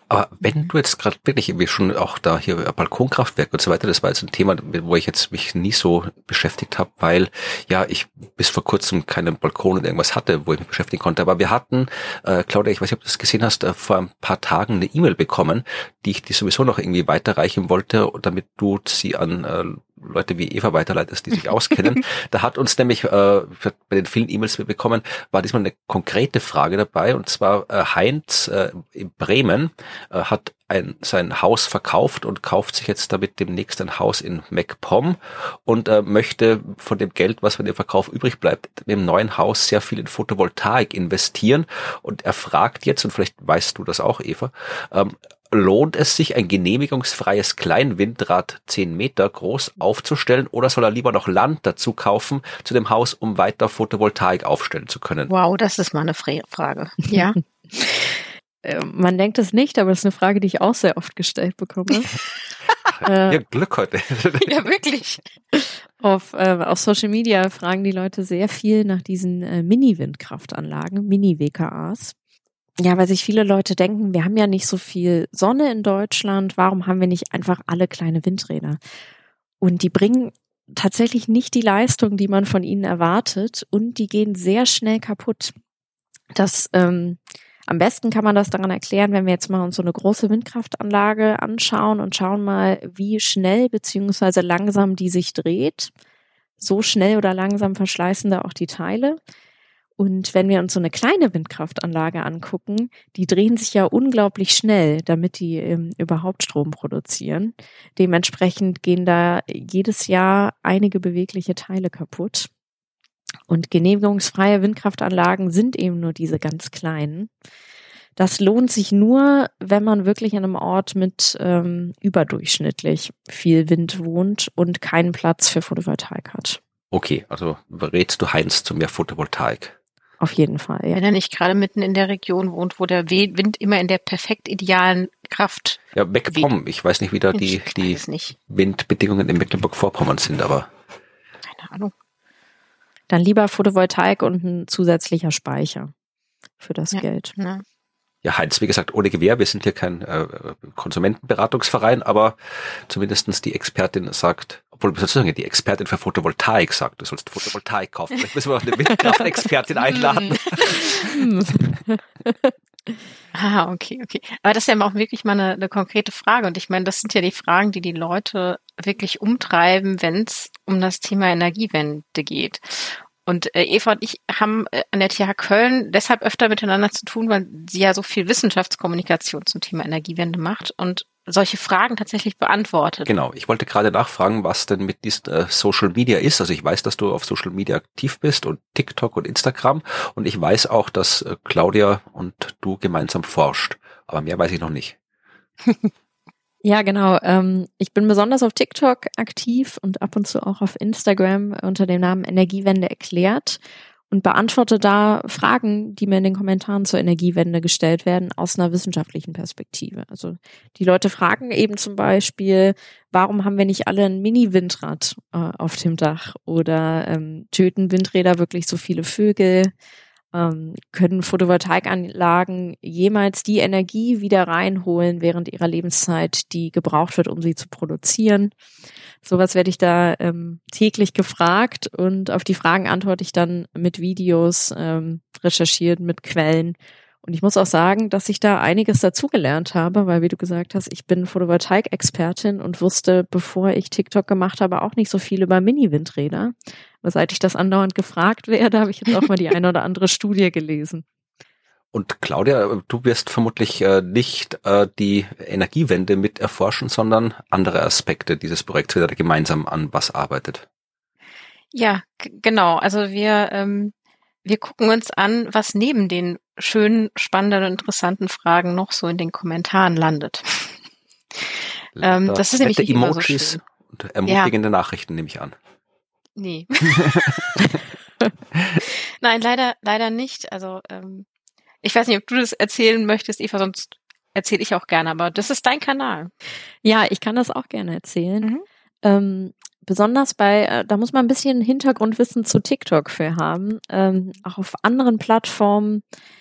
Aber wenn du jetzt gerade wirklich irgendwie schon auch da hier Balkonkraftwerk und so weiter, das war jetzt ein Thema, wo ich jetzt mich nie so beschäftigt habe, weil ja ich bis vor kurzem keinen Balkon oder irgendwas hatte, wo ich mich beschäftigen konnte. Aber wir hatten, äh, Claudia, ich weiß nicht, ob du das gesehen hast, äh, vor ein paar Tagen eine E-Mail bekommen, die ich dir sowieso noch irgendwie weiterreichen wollte, damit du sie an äh, Leute wie Eva weiterleitest, die sich auskennen. Da hat uns nämlich äh, bei den vielen E-Mails, die wir bekommen, war diesmal eine konkrete Frage dabei, und zwar äh, Heinz äh, in Bremen äh, hat ein, sein Haus verkauft und kauft sich jetzt damit demnächst ein Haus in MacPom und äh, möchte von dem Geld, was von dem Verkauf übrig bleibt, im neuen Haus sehr viel in Photovoltaik investieren, und er fragt jetzt, und vielleicht weißt du das auch, Eva, ähm, lohnt es sich, ein genehmigungsfreies Kleinwindrad zehn Meter groß aufzustellen, oder soll er lieber noch Land dazu kaufen zu dem Haus, um weiter Photovoltaik aufstellen zu können? Wow, das ist mal eine Frage. Ja. Man denkt es nicht, aber das ist eine Frage, die ich auch sehr oft gestellt bekomme. Ja, Glück heute. Ja, wirklich. Auf, äh, auf Social Media fragen die Leute sehr viel nach diesen äh, Mini-Windkraftanlagen, Mini-W K As. Ja, weil sich viele Leute denken, wir haben ja nicht so viel Sonne in Deutschland, warum haben wir nicht einfach alle kleine Windräder? Und die bringen tatsächlich nicht die Leistung, die man von ihnen erwartet, und die gehen sehr schnell kaputt. Das ähm, am besten kann man das daran erklären, wenn wir jetzt mal uns so eine große Windkraftanlage anschauen und schauen mal, wie schnell beziehungsweise langsam die sich dreht. So schnell oder langsam verschleißen da auch die Teile. Und wenn wir uns so eine kleine Windkraftanlage angucken, die drehen sich ja unglaublich schnell, damit die ähm, überhaupt Strom produzieren. Dementsprechend gehen da jedes Jahr einige bewegliche Teile kaputt. Und genehmigungsfreie Windkraftanlagen sind eben nur diese ganz kleinen. Das lohnt sich nur, wenn man wirklich an einem Ort mit ähm, überdurchschnittlich viel Wind wohnt und keinen Platz für Photovoltaik hat. Okay, also rätst du Heinz zu mehr Photovoltaik? Auf jeden Fall, ja. Wenn er nicht gerade mitten in der Region wohnt, wo der Wind immer in der perfekt idealen Kraft Ja, MacPom, ich weiß nicht, wie da die, die Windbedingungen in Mecklenburg-Vorpommern sind, aber keine Ahnung. Dann lieber Photovoltaik und ein zusätzlicher Speicher für das ja, Geld. Ja. Ja, Heinz, wie gesagt, ohne Gewehr, wir sind hier kein äh, Konsumentenberatungsverein, aber zumindestens die Expertin sagt, obwohl sozusagen die Expertin für Photovoltaik sagt, du sollst Photovoltaik kaufen. Vielleicht müssen wir auch eine Windkraftexpertin einladen. Ah, okay, okay. Aber das ist ja auch wirklich mal eine, eine konkrete Frage. Und ich meine, das sind ja die Fragen, die die Leute wirklich umtreiben, wenn es um das Thema Energiewende geht. Und äh, Eva und ich haben äh, an der T H Köln deshalb öfter miteinander zu tun, weil sie ja so viel Wissenschaftskommunikation zum Thema Energiewende macht und solche Fragen tatsächlich beantwortet. Genau, ich wollte gerade nachfragen, was denn mit diesem äh, Social Media ist. Also ich weiß, dass du auf Social Media aktiv bist und TikTok und Instagram, und ich weiß auch, dass äh, Claudia und du gemeinsam forscht. Aber mehr weiß ich noch nicht. Ja, genau. Ähm, ich bin besonders auf TikTok aktiv und ab und zu auch auf Instagram unter dem Namen Energiewende erklärt und beantworte da Fragen, die mir in den Kommentaren zur Energiewende gestellt werden, aus einer wissenschaftlichen Perspektive. Also die Leute fragen eben zum Beispiel, warum haben wir nicht alle ein Mini-Windrad äh, auf dem Dach? Oder ähm, töten Windräder wirklich so viele Vögel? Ähm, können Photovoltaikanlagen jemals die Energie wieder reinholen während ihrer Lebenszeit, die gebraucht wird, um sie zu produzieren? Sowas werde ich da ähm, täglich gefragt, und auf die Fragen antworte ich dann mit Videos, ähm, recherchiert, mit Quellen. Und ich muss auch sagen, dass ich da einiges dazugelernt habe, weil, wie du gesagt hast, ich bin Photovoltaik-Expertin und wusste, bevor ich TikTok gemacht habe, auch nicht so viel über Mini-Windräder. Aber seit ich das andauernd gefragt werde, habe ich jetzt auch mal die eine oder andere Studie gelesen. Und Claudia, du wirst vermutlich äh, nicht äh, die Energiewende mit erforschen, sondern andere Aspekte dieses Projekts, wieder gemeinsam an was arbeitet. Ja, g- genau. Also wir ähm, wir gucken uns an, was neben den schönen, spannenden und interessanten Fragen noch so in den Kommentaren landet. ähm, das ist nämlich nicht immer so Emojis schön. und ermutigende ja. Nachrichten, nehme ich an. Nee. Nein, leider, leider nicht. Also ähm, ich weiß nicht, ob du das erzählen möchtest, Eva, sonst erzähle ich auch gerne, aber das ist dein Kanal. Ja, ich kann das auch gerne erzählen. Mhm. Ähm, besonders bei, äh, da muss man ein bisschen Hintergrundwissen zu TikTok für haben. Ähm, auch auf anderen Plattformen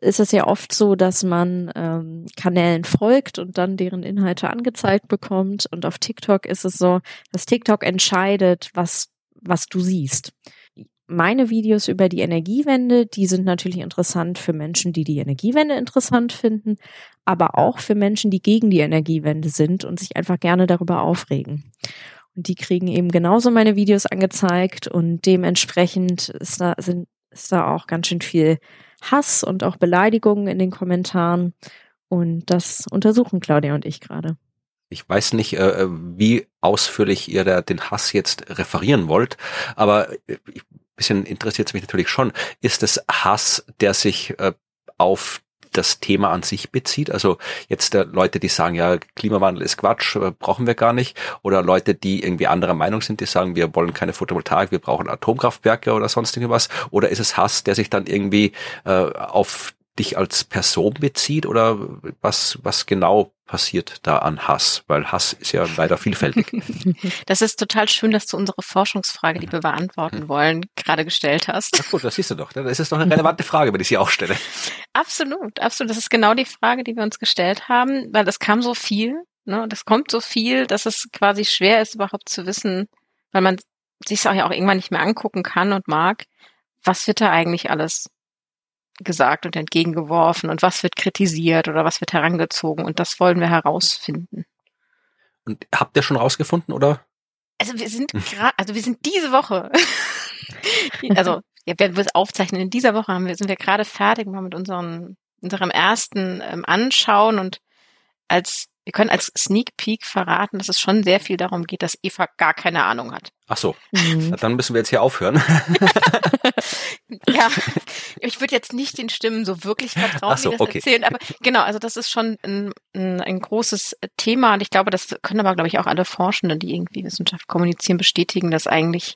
ist es ja oft so, dass man ähm, Kanälen folgt und dann deren Inhalte angezeigt bekommt. Und auf TikTok ist es so, dass TikTok entscheidet, was, was du siehst. Meine Videos über die Energiewende, die sind natürlich interessant für Menschen, die die Energiewende interessant finden, aber auch für Menschen, die gegen die Energiewende sind und sich einfach gerne darüber aufregen. Und die kriegen eben genauso meine Videos angezeigt und dementsprechend ist da, sind, ist da auch ganz schön viel Hass und auch Beleidigungen in den Kommentaren. Und das untersuchen Claudia und ich gerade. Ich weiß nicht, äh, wie ausführlich ihr da den Hass jetzt referieren wollt, aber ein bisschen interessiert es mich natürlich schon. Ist es Hass, der sich äh, auf das Thema an sich bezieht? Also jetzt äh, Leute, die sagen, ja, Klimawandel ist Quatsch, äh, brauchen wir gar nicht. Oder Leute, die irgendwie anderer Meinung sind, die sagen, wir wollen keine Photovoltaik, wir brauchen Atomkraftwerke oder sonst irgendwas. Oder ist es Hass, der sich dann irgendwie äh, auf dich als Person bezieht? Oder was, was genau passiert da an Hass? Weil Hass ist ja leider vielfältig. Das ist total schön, dass du unsere Forschungsfrage, die wir beantworten wollen, gerade gestellt hast. Ach gut, das siehst du doch. Das ist doch eine relevante Frage, wenn ich sie auch stelle. Absolut, absolut. Das ist genau die Frage, die wir uns gestellt haben, weil das kam so viel, ne? Das kommt so viel, dass es quasi schwer ist, überhaupt zu wissen, weil man sich es auch ja auch irgendwann nicht mehr angucken kann und mag, was wird da eigentlich alles gesagt und entgegengeworfen und was wird kritisiert oder was wird herangezogen und das wollen wir herausfinden. Und habt ihr schon rausgefunden, oder? Also wir sind gerade, also wir sind diese Woche, also ja, werden wir es aufzeichnen, in dieser Woche haben wir, sind wir gerade fertig mal mit unseren, unserem ersten ähm, Anschauen und als wir können als Sneak Peek verraten, dass es schon sehr viel darum geht, dass Eva gar keine Ahnung hat. Ach so, mhm. Dann müssen wir jetzt hier aufhören. Ja, ich würde jetzt nicht den Stimmen so wirklich vertrauen, so, die das okay. erzählen, aber genau, also das ist schon ein, ein, ein großes Thema und ich glaube, das können aber, glaube ich, auch alle Forschenden, die irgendwie Wissenschaft kommunizieren, bestätigen, dass eigentlich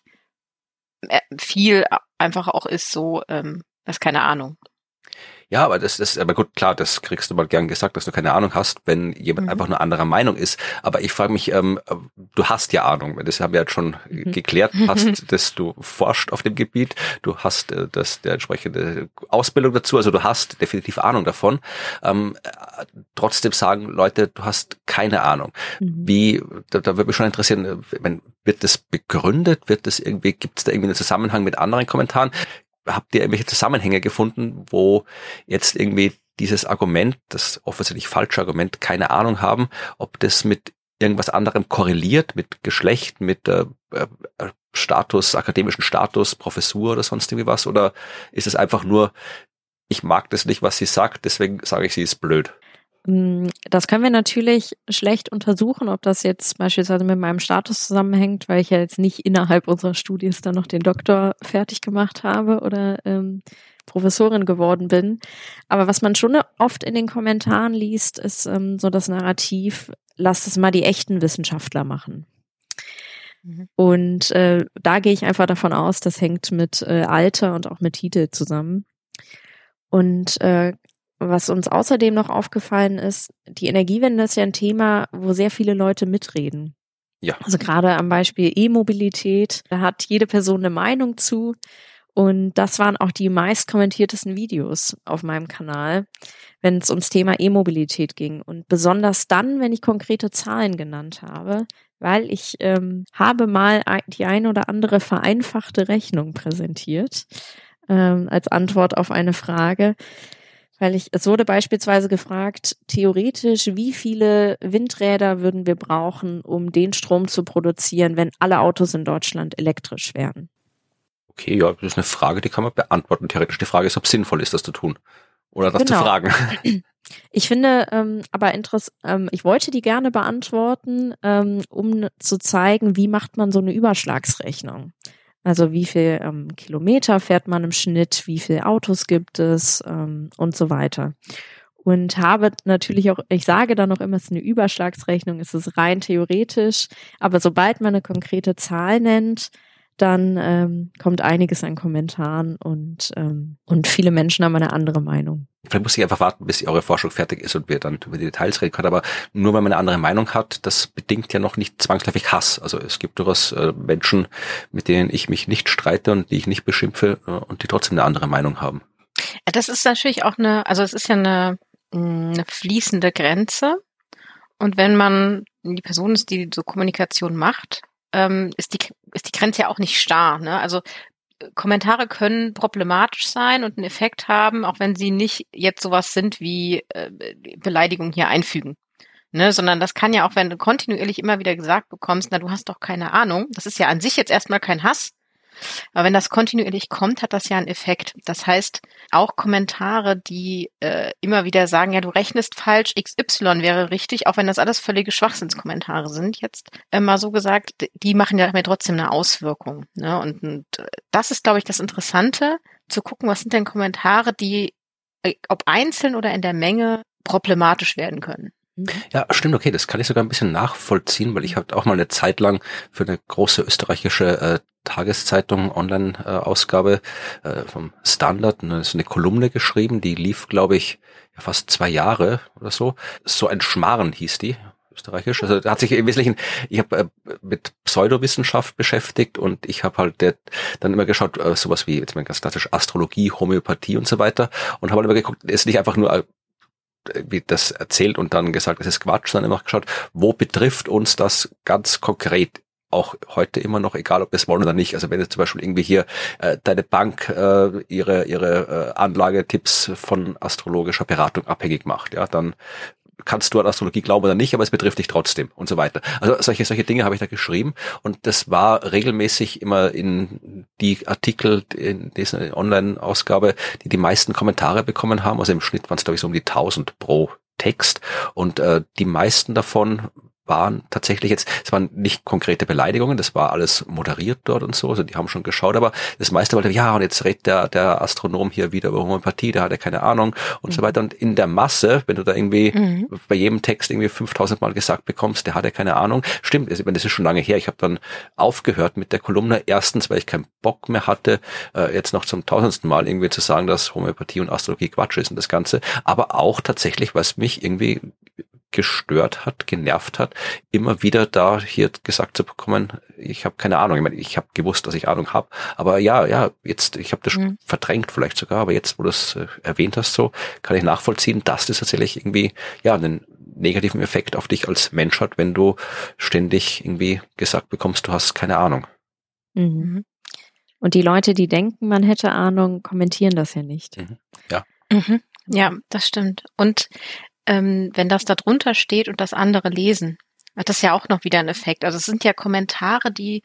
viel einfach auch ist so, ähm, das ist keine Ahnung. Ja, aber das ist, aber gut, klar, das kriegst du mal gern gesagt, dass du keine Ahnung hast, wenn jemand mhm. einfach nur anderer Meinung ist. Aber ich frage mich, ähm, du hast ja Ahnung, das haben wir jetzt schon mhm. geklärt, hast, dass du forschst auf dem Gebiet, du hast äh, das, der entsprechende Ausbildung dazu, also du hast definitiv Ahnung davon. Ähm, äh, trotzdem sagen Leute, du hast keine Ahnung. Mhm. Wie, da, da würde mich schon interessieren, wenn, wird das begründet, wird das irgendwie, gibt es da irgendwie einen Zusammenhang mit anderen Kommentaren? Habt ihr irgendwelche Zusammenhänge gefunden, wo jetzt irgendwie dieses Argument, das offensichtlich falsche Argument, keine Ahnung haben, ob das mit irgendwas anderem korreliert, mit Geschlecht, mit äh, Status, akademischen Status, Professur oder sonst irgendwie was? Oder ist es einfach nur, ich mag das nicht, was sie sagt, deswegen sage ich, sie ist blöd? Das können wir natürlich schlecht untersuchen, ob das jetzt beispielsweise mit meinem Status zusammenhängt, weil ich ja jetzt nicht innerhalb unserer Studies dann noch den Doktor fertig gemacht habe oder ähm, Professorin geworden bin. Aber was man schon oft in den Kommentaren liest, ist ähm, so das Narrativ, lasst es mal die echten Wissenschaftler machen. Mhm. Und äh, da gehe ich einfach davon aus, das hängt mit äh, Alter und auch mit Titel zusammen. Und äh, was uns außerdem noch aufgefallen ist, die Energiewende ist ja ein Thema, wo sehr viele Leute mitreden. Ja. Also gerade am Beispiel E-Mobilität, da hat jede Person eine Meinung zu. Und das waren auch die meist kommentiertesten Videos auf meinem Kanal, wenn es ums Thema E-Mobilität ging. Und besonders dann, wenn ich konkrete Zahlen genannt habe, weil ich ähm, habe mal die ein oder andere vereinfachte Rechnung präsentiert ähm, als Antwort auf eine Frage. Weil ich, es wurde beispielsweise gefragt, theoretisch, wie viele Windräder würden wir brauchen, um den Strom zu produzieren, wenn alle Autos in Deutschland elektrisch wären? Okay, ja, das ist eine Frage, die kann man beantworten. Theoretisch die Frage ist, ob es sinnvoll ist, das zu tun. Oder das genau. zu fragen. Ich finde, ähm, aber interess- ähm, ich wollte die gerne beantworten, ähm, um zu zeigen, wie macht man so eine Überschlagsrechnung. Also wie viel ähm, Kilometer fährt man im Schnitt, wie viele Autos gibt es ähm, und so weiter. Und habe natürlich auch, ich sage dann noch immer, es ist eine Überschlagsrechnung, es ist rein theoretisch, aber sobald man eine konkrete Zahl nennt, dann ähm, kommt einiges an Kommentaren und ähm, und viele Menschen haben eine andere Meinung. Vielleicht muss ich einfach warten, bis eure Forschung fertig ist und wir dann über die Details reden können. Aber nur wenn man eine andere Meinung hat, das bedingt ja noch nicht zwangsläufig Hass. Also es gibt durchaus äh, Menschen, mit denen ich mich nicht streite und die ich nicht beschimpfe äh, und die trotzdem eine andere Meinung haben. Das ist natürlich auch eine, also es ist ja eine, eine fließende Grenze. Und wenn man die Person ist, die so Kommunikation macht, ähm, ist die ist die Grenze ja auch nicht starr. Ne? Also Kommentare können problematisch sein und einen Effekt haben, auch wenn sie nicht jetzt sowas sind wie äh, Beleidigung hier einfügen. Ne, sondern das kann ja auch, wenn du kontinuierlich immer wieder gesagt bekommst, na, du hast doch keine Ahnung. Das ist ja an sich jetzt erstmal kein Hass. Aber wenn das kontinuierlich kommt, hat das ja einen Effekt. Das heißt, auch Kommentare, die äh, immer wieder sagen, ja, du rechnest falsch, X Y wäre richtig, auch wenn das alles völlige Schwachsinnskommentare sind, jetzt äh, mal so gesagt, die machen ja trotzdem eine Auswirkung. Ne? Und, und das ist, glaube ich, das Interessante, zu gucken, was sind denn Kommentare, die, äh, ob einzeln oder in der Menge, problematisch werden können. Ja, stimmt, okay, das kann ich sogar ein bisschen nachvollziehen, weil ich habe auch mal eine Zeit lang für eine große österreichische äh, Tageszeitung, Online-Ausgabe äh, vom Standard eine, so eine Kolumne geschrieben, die lief, glaube ich, ja, fast zwei Jahre oder so. So ein Schmarren hieß die, österreichisch. Also da hat sich im Wesentlichen, ich habe äh, mit Pseudowissenschaft beschäftigt und ich habe halt der, dann immer geschaut, äh, sowas wie jetzt mal ganz klassisch Astrologie, Homöopathie und so weiter und habe halt immer geguckt, ist nicht einfach nur wie das erzählt und dann gesagt, das ist Quatsch, sondern immer geschaut, wo betrifft uns das ganz konkret auch heute immer noch, egal ob wir es wollen oder nicht. Also wenn jetzt zum Beispiel irgendwie hier äh, deine Bank äh, ihre ihre äh, Anlagetipps von astrologischer Beratung abhängig macht, ja, dann kannst du an Astrologie glauben oder nicht, aber es betrifft dich trotzdem und so weiter. Also solche solche Dinge habe ich da geschrieben und das war regelmäßig immer in die Artikel in dieser Online-Ausgabe, die die meisten Kommentare bekommen haben. Also im Schnitt waren es, glaube ich, so um die tausend pro Text und äh, die meisten davon waren tatsächlich jetzt, es waren nicht konkrete Beleidigungen, das war alles moderiert dort und so, also die haben schon geschaut, aber das meiste wollte, ja, und jetzt redet der, der Astronom hier wieder über Homöopathie, der hat ja keine Ahnung und mhm. so weiter. Und in der Masse, wenn du da irgendwie mhm. bei jedem Text irgendwie fünftausend Mal gesagt bekommst, der hat ja keine Ahnung, stimmt, ich meine, das ist schon lange her, ich habe dann aufgehört mit der Kolumne, erstens, weil ich keinen Bock mehr hatte, äh, jetzt noch zum tausendsten Mal irgendwie zu sagen, dass Homöopathie und Astrologie Quatsch ist und das Ganze, aber auch tatsächlich, was mich irgendwie gestört hat, genervt hat, immer wieder da hier gesagt zu bekommen, ich habe keine Ahnung. Ich meine, ich habe gewusst, dass ich Ahnung habe, aber ja, ja, jetzt, ich habe das mhm. verdrängt vielleicht sogar, aber jetzt, wo du es äh, erwähnt hast, so kann ich nachvollziehen, dass das tatsächlich irgendwie ja einen negativen Effekt auf dich als Mensch hat, wenn du ständig irgendwie gesagt bekommst, du hast keine Ahnung. Mhm. Und die Leute, die denken, man hätte Ahnung, kommentieren das ja nicht. Mhm. Ja. Mhm. Ja, das stimmt. Und Ähm, wenn das da drunter steht und das andere lesen, hat das ja auch noch wieder einen Effekt. Also es sind ja Kommentare, die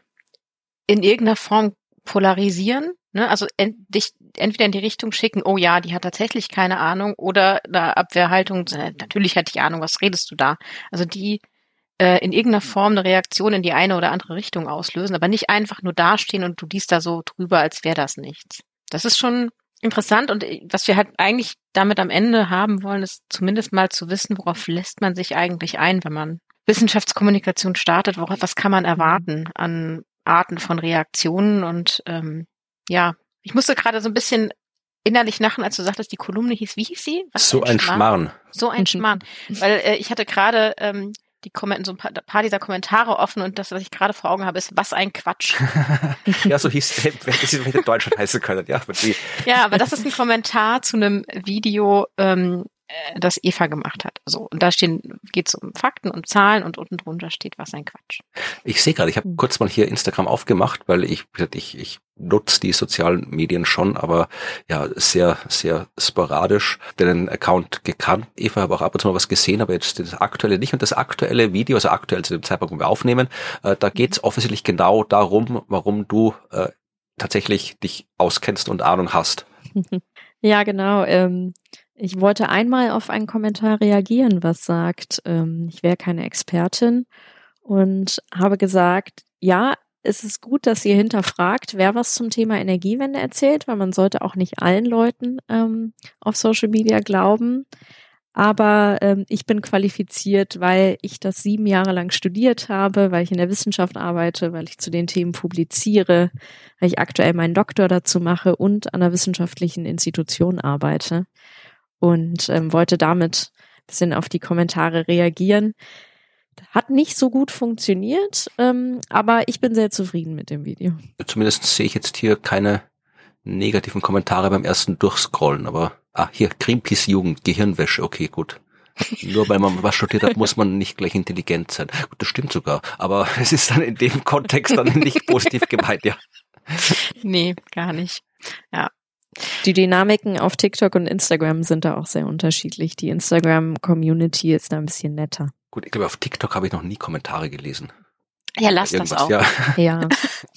in irgendeiner Form polarisieren, ne? Also ent- dich entweder in die Richtung schicken, oh ja, die hat tatsächlich keine Ahnung, oder eine Abwehrhaltung, äh, natürlich hat die Ahnung, was redest du da? Also die äh, in irgendeiner Form eine Reaktion in die eine oder andere Richtung auslösen, aber nicht einfach nur dastehen und du liest da so drüber, als wäre das nichts. Das ist schon interessant und was wir halt eigentlich damit am Ende haben wollen, ist zumindest mal zu wissen, worauf lässt man sich eigentlich ein, wenn man Wissenschaftskommunikation startet, worauf, was kann man erwarten an Arten von Reaktionen und ähm, ja, ich musste gerade so ein bisschen innerlich lachen, als du sagtest, die Kolumne hieß, wie hieß sie? Was so ein Schmarrn. So ein Schmarrn. Weil äh, ich hatte gerade ähm, die Kommentare, so ein paar, paar dieser Kommentare offen und das, was ich gerade vor Augen habe, ist, was ein Quatsch. Ja, so hieß, hätte es in Deutschland heißen können, ja. Die. Ja, aber das ist ein Kommentar zu einem Video, ähm, das Eva gemacht hat. So, und da stehen, geht es um Fakten und Zahlen und unten drunter steht, was ein Quatsch. Ich sehe gerade, ich habe kurz mal hier Instagram aufgemacht, weil ich, ich, ich nutze die sozialen Medien schon, aber ja, sehr, sehr sporadisch. Den Account gekannt. Eva habe auch ab und zu mal was gesehen, aber jetzt das aktuelle nicht. Und das aktuelle Video, also aktuell zu dem Zeitpunkt, wo wir aufnehmen, äh, da geht es offensichtlich genau darum, warum du äh, tatsächlich dich auskennst und Ahnung hast. Ja, genau. Ähm Ich wollte einmal auf einen Kommentar reagieren, was sagt, ähm, ich wäre keine Expertin und habe gesagt, ja, es ist gut, dass ihr hinterfragt, wer was zum Thema Energiewende erzählt, weil man sollte auch nicht allen Leuten ähm, auf Social Media glauben. Aber ähm, ich bin qualifiziert, weil ich das sieben Jahre lang studiert habe, weil ich in der Wissenschaft arbeite, weil ich zu den Themen publiziere, weil ich aktuell meinen Doktor dazu mache und an einer wissenschaftlichen Institution arbeite. Und ähm, wollte damit ein bisschen auf die Kommentare reagieren. Hat nicht so gut funktioniert, ähm, aber ich bin sehr zufrieden mit dem Video. Zumindest sehe ich jetzt hier keine negativen Kommentare beim ersten Durchscrollen, aber ah, hier, Greenpeace-Jugend, Gehirnwäsche, okay, gut. Nur weil man was studiert hat, muss man nicht gleich intelligent sein. Gut, das stimmt sogar, aber es ist dann in dem Kontext dann nicht positiv gemeint, ja. Nee, gar nicht. Ja. Die Dynamiken auf TikTok und Instagram sind da auch sehr unterschiedlich. Die Instagram-Community ist da ein bisschen netter. Gut, ich glaube, auf TikTok habe ich noch nie Kommentare gelesen. Ja, lass das Irgendwas, auch. ja. Ja.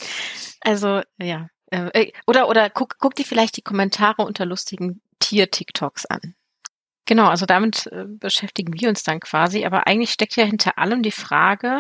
Also, ja. Äh, Oder, oder guck, guck dir vielleicht die Kommentare unter lustigen Tier-TikToks an. Genau, also damit äh, beschäftigen wir uns dann quasi. Aber eigentlich steckt ja hinter allem die Frage,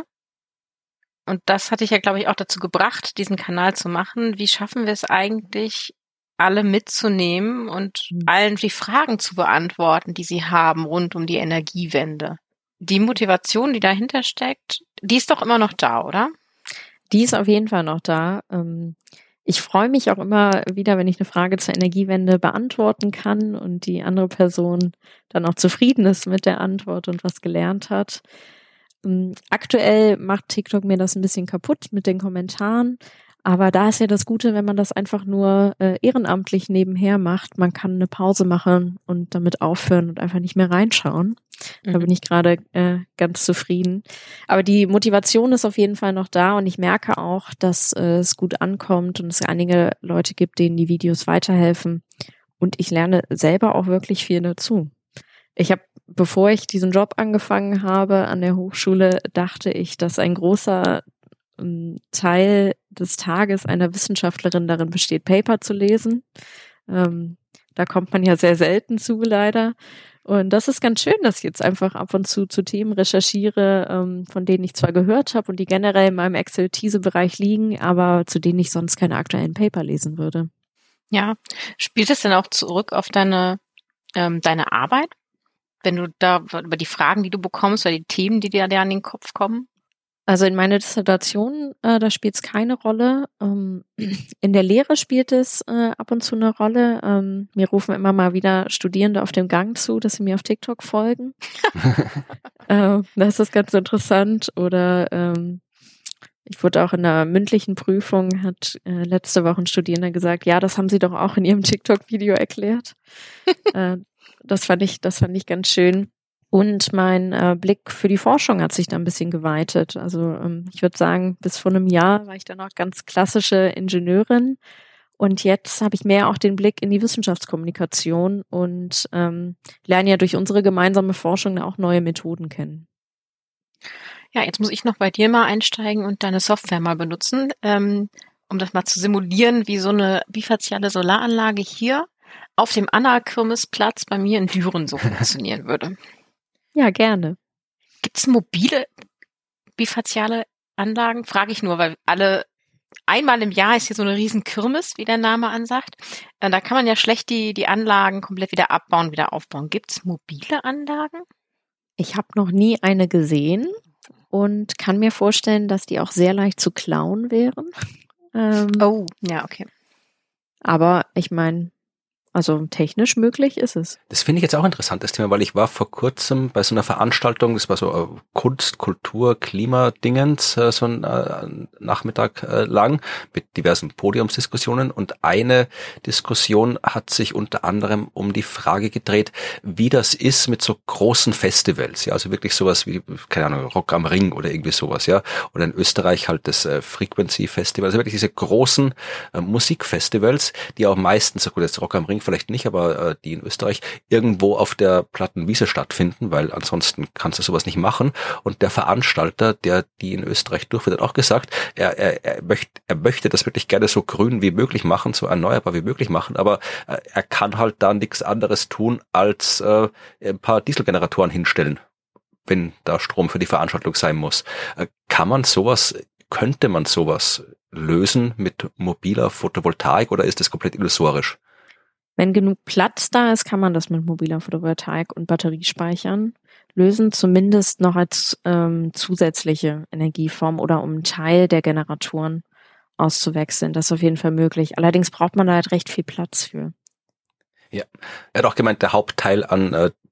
und das hatte ich ja, glaube ich, auch dazu gebracht, diesen Kanal zu machen, wie schaffen wir es eigentlich, alle mitzunehmen und Mhm. allen die Fragen zu beantworten, die sie haben rund um die Energiewende. Die Motivation, die dahinter steckt, die ist doch immer noch da, oder? Die ist auf jeden Fall noch da. Ähm, Ich freue mich auch immer wieder, wenn ich eine Frage zur Energiewende beantworten kann und die andere Person dann auch zufrieden ist mit der Antwort und was gelernt hat. Ähm, Aktuell macht TikTok mir das ein bisschen kaputt mit den Kommentaren. Aber da ist ja das Gute, wenn man das einfach nur äh, ehrenamtlich nebenher macht. Man kann eine Pause machen und damit aufhören und einfach nicht mehr reinschauen. Da Mhm. bin ich gerade äh, ganz zufrieden. Aber die Motivation ist auf jeden Fall noch da und ich merke auch, dass äh, es gut ankommt und es einige Leute gibt, denen die Videos weiterhelfen. Und ich lerne selber auch wirklich viel dazu. Ich habe, bevor ich diesen Job angefangen habe an der Hochschule, dachte ich, dass ein großer ähm, Teil des Tages einer Wissenschaftlerin darin besteht, Paper zu lesen. Ähm, da kommt man ja sehr selten zu, leider. Und das ist ganz schön, dass ich jetzt einfach ab und zu zu Themen recherchiere, ähm, von denen ich zwar gehört habe und die generell in meinem Expertisebereich liegen, aber zu denen ich sonst keine aktuellen Paper lesen würde. Ja, spielt es denn auch zurück auf deine, ähm, deine Arbeit? Wenn du da über die Fragen, die du bekommst, oder die Themen, die dir da an den Kopf kommen? Also in meiner Dissertation, äh, da spielt es keine Rolle. Ähm, in der Lehre spielt es äh, ab und zu eine Rolle. Ähm, mir rufen immer mal wieder Studierende auf dem Gang zu, dass sie mir auf TikTok folgen. äh, das ist ganz interessant. Oder ähm, ich wurde auch in einer mündlichen Prüfung, hat äh, letzte Woche ein Studierender gesagt, ja, das haben sie doch auch in ihrem TikTok-Video erklärt. äh, das fand ich, das fand ich ganz schön. Und mein äh, Blick für die Forschung hat sich da ein bisschen geweitet. Also ähm, ich würde sagen, bis vor einem Jahr war ich dann noch ganz klassische Ingenieurin. Und jetzt habe ich mehr auch den Blick in die Wissenschaftskommunikation und ähm, lerne ja durch unsere gemeinsame Forschung auch neue Methoden kennen. Ja, jetzt muss ich noch bei dir mal einsteigen und deine Software mal benutzen, ähm, um das mal zu simulieren, wie so eine bifaziale Solaranlage hier auf dem Anna-Kirmesplatz bei mir in Düren so funktionieren würde. Ja, gerne. Gibt es mobile bifaziale Anlagen? Frage ich nur, weil alle einmal im Jahr ist hier so eine riesen Kirmes, wie der Name ansagt. Äh, Da kann man ja schlecht die, die Anlagen komplett wieder abbauen, wieder aufbauen. Gibt es mobile Anlagen? Ich habe noch nie eine gesehen und kann mir vorstellen, dass die auch sehr leicht zu klauen wären. Ähm, Oh, ja, okay. Aber ich meine, also technisch möglich ist es. Das finde ich jetzt auch ein interessantes Thema, weil ich war vor kurzem bei so einer Veranstaltung, das war so äh, Kunst, Kultur, Klimadingens, äh, so ein äh, Nachmittag äh, lang mit diversen Podiumsdiskussionen und eine Diskussion hat sich unter anderem um die Frage gedreht, wie das ist mit so großen Festivals, ja, also wirklich sowas wie, keine Ahnung, Rock am Ring oder irgendwie sowas, ja, oder in Österreich halt das äh, Frequency Festival, also wirklich diese großen äh, Musikfestivals, die auch meistens, so gut, jetzt Rock am Ring vielleicht nicht, aber äh, die in Österreich irgendwo auf der Plattenwiese stattfinden, weil ansonsten kannst du sowas nicht machen. Und der Veranstalter, der die in Österreich durchführt, hat auch gesagt, er, er, er, möchte, er möchte das wirklich gerne so grün wie möglich machen, so erneuerbar wie möglich machen, aber äh, er kann halt da nichts anderes tun, als äh, ein paar Dieselgeneratoren hinstellen, wenn da Strom für die Veranstaltung sein muss. Äh, kann man sowas, könnte man sowas lösen mit mobiler Photovoltaik oder ist das komplett illusorisch? Wenn genug Platz da ist, kann man das mit mobiler Photovoltaik und Batteriespeichern lösen, zumindest noch als ähm, zusätzliche Energieform oder um einen Teil der Generatoren auszuwechseln. Das ist auf jeden Fall möglich. Allerdings braucht man da halt recht viel Platz für. Ja, er hat auch gemeint, der Hauptteil an äh,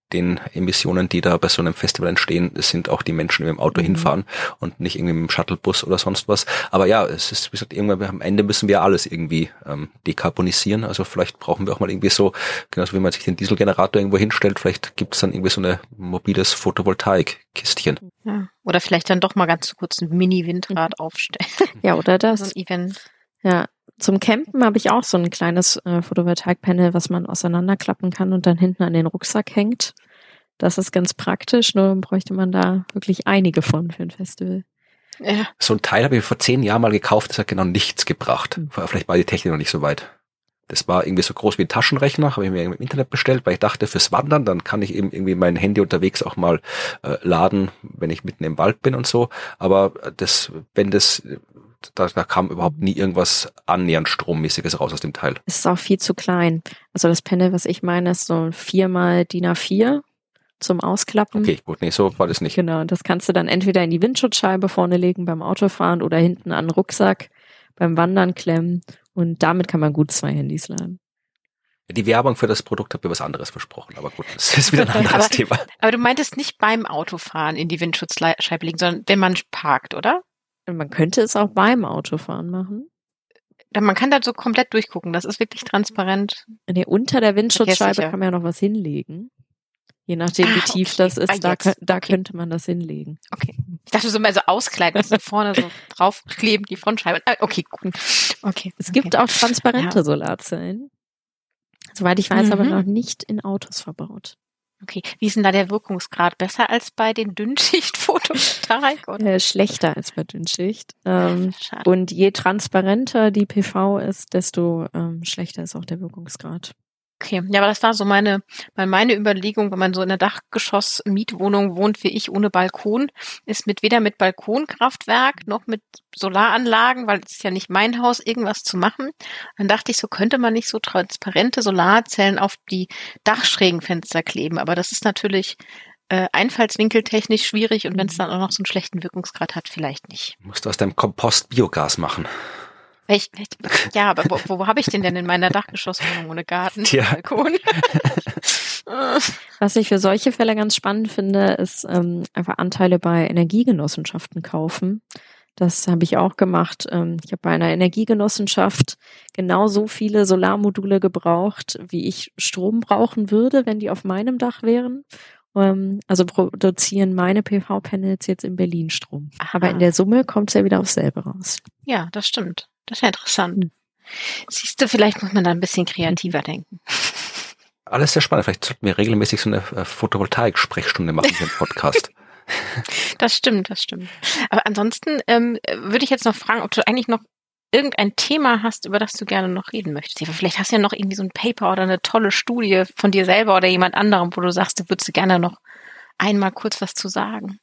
den Emissionen, die da bei so einem Festival entstehen, sind auch die Menschen, die mit dem Auto mhm. hinfahren und nicht irgendwie mit dem Shuttlebus oder sonst was. Aber ja, es ist, wie gesagt, irgendwann am Ende müssen wir alles irgendwie ähm, dekarbonisieren. Also vielleicht brauchen wir auch mal irgendwie so, genauso wie man sich den Dieselgenerator irgendwo hinstellt, vielleicht gibt es dann irgendwie so ein mobiles Photovoltaikkistchen. Ja. Oder vielleicht dann doch mal ganz kurz ein Mini-Windrad mhm. aufstellen. Ja, oder das. So ein Event. Ja. Zum Campen habe ich auch so ein kleines äh, Photovoltaikpanel, was man auseinanderklappen kann und dann hinten an den Rucksack hängt. Das ist ganz praktisch, nur bräuchte man da wirklich einige von für ein Festival. Ja. So ein Teil habe ich vor zehn Jahren mal gekauft, das hat genau nichts gebracht. Mhm. Vielleicht war die Technik noch nicht so weit. Das war irgendwie so groß wie ein Taschenrechner, habe ich mir im Internet bestellt, weil ich dachte, fürs Wandern, dann kann ich eben irgendwie mein Handy unterwegs auch mal äh, laden, wenn ich mitten im Wald bin und so. Aber das, wenn das... Da, da kam überhaupt nie irgendwas annähernd Strommäßiges raus aus dem Teil. Es ist auch viel zu klein. Also das Panel, was ich meine, ist so viermal D I N A vier zum Ausklappen. Okay, gut, nee, so war das nicht. Genau, das kannst du dann entweder in die Windschutzscheibe vorne legen beim Autofahren oder hinten an den Rucksack beim Wandern klemmen und damit kann man gut zwei Handys laden. Die Werbung für das Produkt hat mir was anderes versprochen, aber gut, das ist wieder ein anderes aber, Thema. Aber du meintest nicht beim Autofahren in die Windschutzscheibe legen, sondern wenn man parkt, oder? Man könnte es auch beim Autofahren machen. Man kann da so komplett durchgucken. Das ist wirklich transparent. Nee, unter der Windschutzscheibe kann man ja noch was hinlegen. Je nachdem, wie ah, tief okay. das ist, ah, da, da okay. könnte man das hinlegen. Okay. Ich dachte so mal so auskleiden, so vorne so draufkleben, die Frontscheibe. Ah, okay, gut. Okay. Es gibt okay. auch transparente ja. Solarzellen. Soweit ich weiß, mhm. aber noch nicht in Autos verbaut. Okay, wie ist denn da der Wirkungsgrad? Besser als bei den Dünnschicht-Photovoltaik? Äh, schlechter als bei Dünnschicht. Ähm, und je transparenter die P V ist, desto ähm, schlechter ist auch der Wirkungsgrad. Okay, ja, aber das war so meine, meine Überlegung, wenn man so in einer Dachgeschoss-Mietwohnung wohnt wie ich ohne Balkon, ist mit weder mit Balkonkraftwerk noch mit Solaranlagen, weil es ist ja nicht mein Haus, irgendwas zu machen. Dann dachte ich, so könnte man nicht so transparente Solarzellen auf die Dachschrägenfenster kleben, aber das ist natürlich äh, einfallswinkeltechnisch schwierig und wenn es dann auch noch so einen schlechten Wirkungsgrad hat, vielleicht nicht. Du musst aus deinem Kompost Biogas machen. Welch, welch, ja, aber wo, wo habe ich den denn in meiner Dachgeschosswohnung ohne Garten, Tja. Balkon? Was ich für solche Fälle ganz spannend finde, ist ähm, einfach Anteile bei Energiegenossenschaften kaufen. Das habe ich auch gemacht. Ähm, ich habe bei einer Energiegenossenschaft genauso viele Solarmodule gebraucht, wie ich Strom brauchen würde, wenn die auf meinem Dach wären. Ähm, also produzieren meine P V-Panels jetzt in Berlin Strom. Aha. Aber in der Summe kommt es ja wieder aufs selbe raus. Ja, das stimmt. Das ist ja interessant. Hm. Siehst du, vielleicht muss man da ein bisschen kreativer denken. Alles sehr spannend. Vielleicht sollten wir regelmäßig so eine Photovoltaik-Sprechstunde machen hier im Podcast. Das stimmt, das stimmt. Aber ansonsten ähm, würde ich jetzt noch fragen, ob du eigentlich noch irgendein Thema hast, über das du gerne noch reden möchtest. Vielleicht hast du ja noch irgendwie so ein Paper oder eine tolle Studie von dir selber oder jemand anderem, wo du sagst, du würdest gerne noch einmal kurz was zu sagen.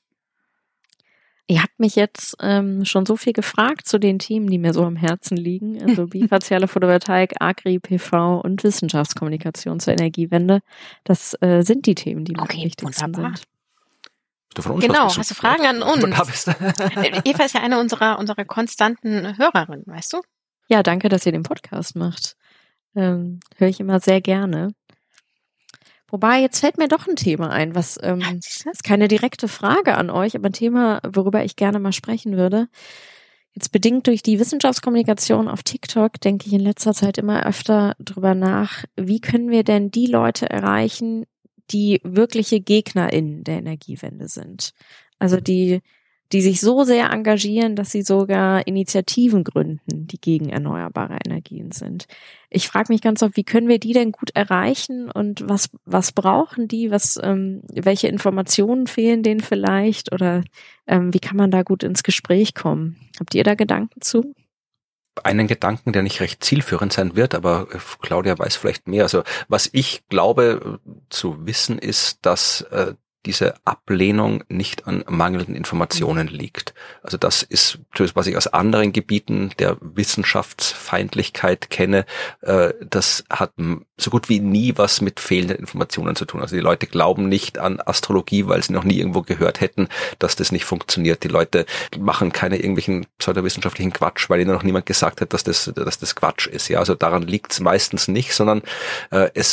Ihr habt mich jetzt ähm, schon so viel gefragt zu den Themen, die mir so am Herzen liegen. Also bifaziale Photovoltaik, Agri, P V und Wissenschaftskommunikation zur Energiewende. Das äh, sind die Themen, die mir okay, am wichtigsten wunderbar. sind. Du von uns genau, hast, hast du Fragen an uns? Eva ist ja eine unserer, unserer konstanten Hörerinnen, weißt du? Ja, danke, dass ihr den Podcast macht. Ähm, höre ich immer sehr gerne. Wobei, jetzt fällt mir doch ein Thema ein, was ähm, ist keine direkte Frage an euch, aber ein Thema, worüber ich gerne mal sprechen würde. Jetzt bedingt durch die Wissenschaftskommunikation auf TikTok denke ich in letzter Zeit immer öfter drüber nach, wie können wir denn die Leute erreichen, die wirkliche GegnerInnen der Energiewende sind. Also die, die sich so sehr engagieren, dass sie sogar Initiativen gründen, die gegen erneuerbare Energien sind. Ich frage mich ganz oft, wie können wir die denn gut erreichen und was, was brauchen die? Was, ähm, welche Informationen fehlen denen vielleicht? Oder ähm, wie kann man da gut ins Gespräch kommen? Habt ihr da Gedanken zu? Einen Gedanken, der nicht recht zielführend sein wird, aber Claudia weiß vielleicht mehr. Also was ich glaube zu wissen ist, dass äh, diese Ablehnung nicht an mangelnden Informationen liegt. Also das ist, was ich aus anderen Gebieten der Wissenschaftsfeindlichkeit kenne, äh, das hat so gut wie nie was mit fehlenden Informationen zu tun. Also die Leute glauben nicht an Astrologie, weil sie noch nie irgendwo gehört hätten, dass das nicht funktioniert. Die Leute machen keine irgendwelchen pseudowissenschaftlichen Quatsch, weil ihnen noch niemand gesagt hat, dass das, dass das Quatsch ist. Ja, also daran liegt es meistens nicht, sondern äh, es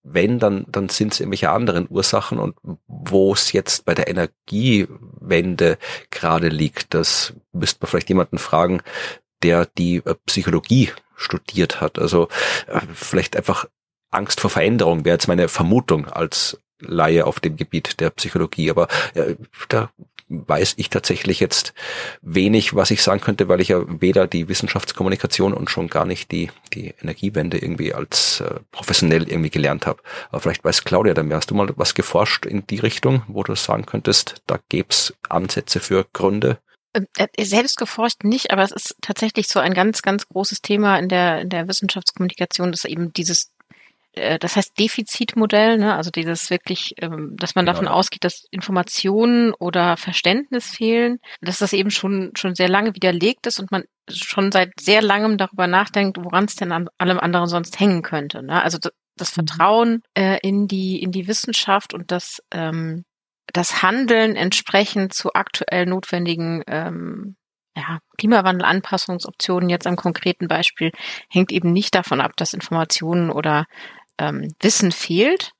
wenn, dann, dann sind es irgendwelche anderen Ursachen und wo es jetzt bei der Energiewende gerade liegt, das müsste man vielleicht jemanden fragen, der die äh, Psychologie studiert hat. Also äh, vielleicht einfach Angst vor Veränderung wäre jetzt meine Vermutung als Laie auf dem Gebiet der Psychologie. Aber äh, da weiß ich tatsächlich jetzt wenig, was ich sagen könnte, weil ich ja weder die Wissenschaftskommunikation und schon gar nicht die die Energiewende irgendwie als äh, professionell irgendwie gelernt habe. Aber vielleicht weiß Claudia da mehr. Hast du mal was geforscht in die Richtung, wo du sagen könntest, da gäb's Ansätze für Gründe? Selbst geforscht nicht, aber es ist tatsächlich so ein ganz, ganz großes Thema in der in der Wissenschaftskommunikation, dass eben dieses das heißt Defizitmodell, ne? Also dieses wirklich, dass man davon genau. ausgeht, dass Informationen oder Verständnis fehlen, dass das eben schon schon sehr lange widerlegt ist und man schon seit sehr langem darüber nachdenkt, woran es denn an allem anderen sonst hängen könnte. Ne? Also das, das Vertrauen äh, in die in die Wissenschaft und das ähm, das Handeln entsprechend zu aktuell notwendigen ähm, ja, Klimawandelanpassungsoptionen jetzt am konkreten Beispiel hängt eben nicht davon ab, dass Informationen oder ähm, Wissen fehlt.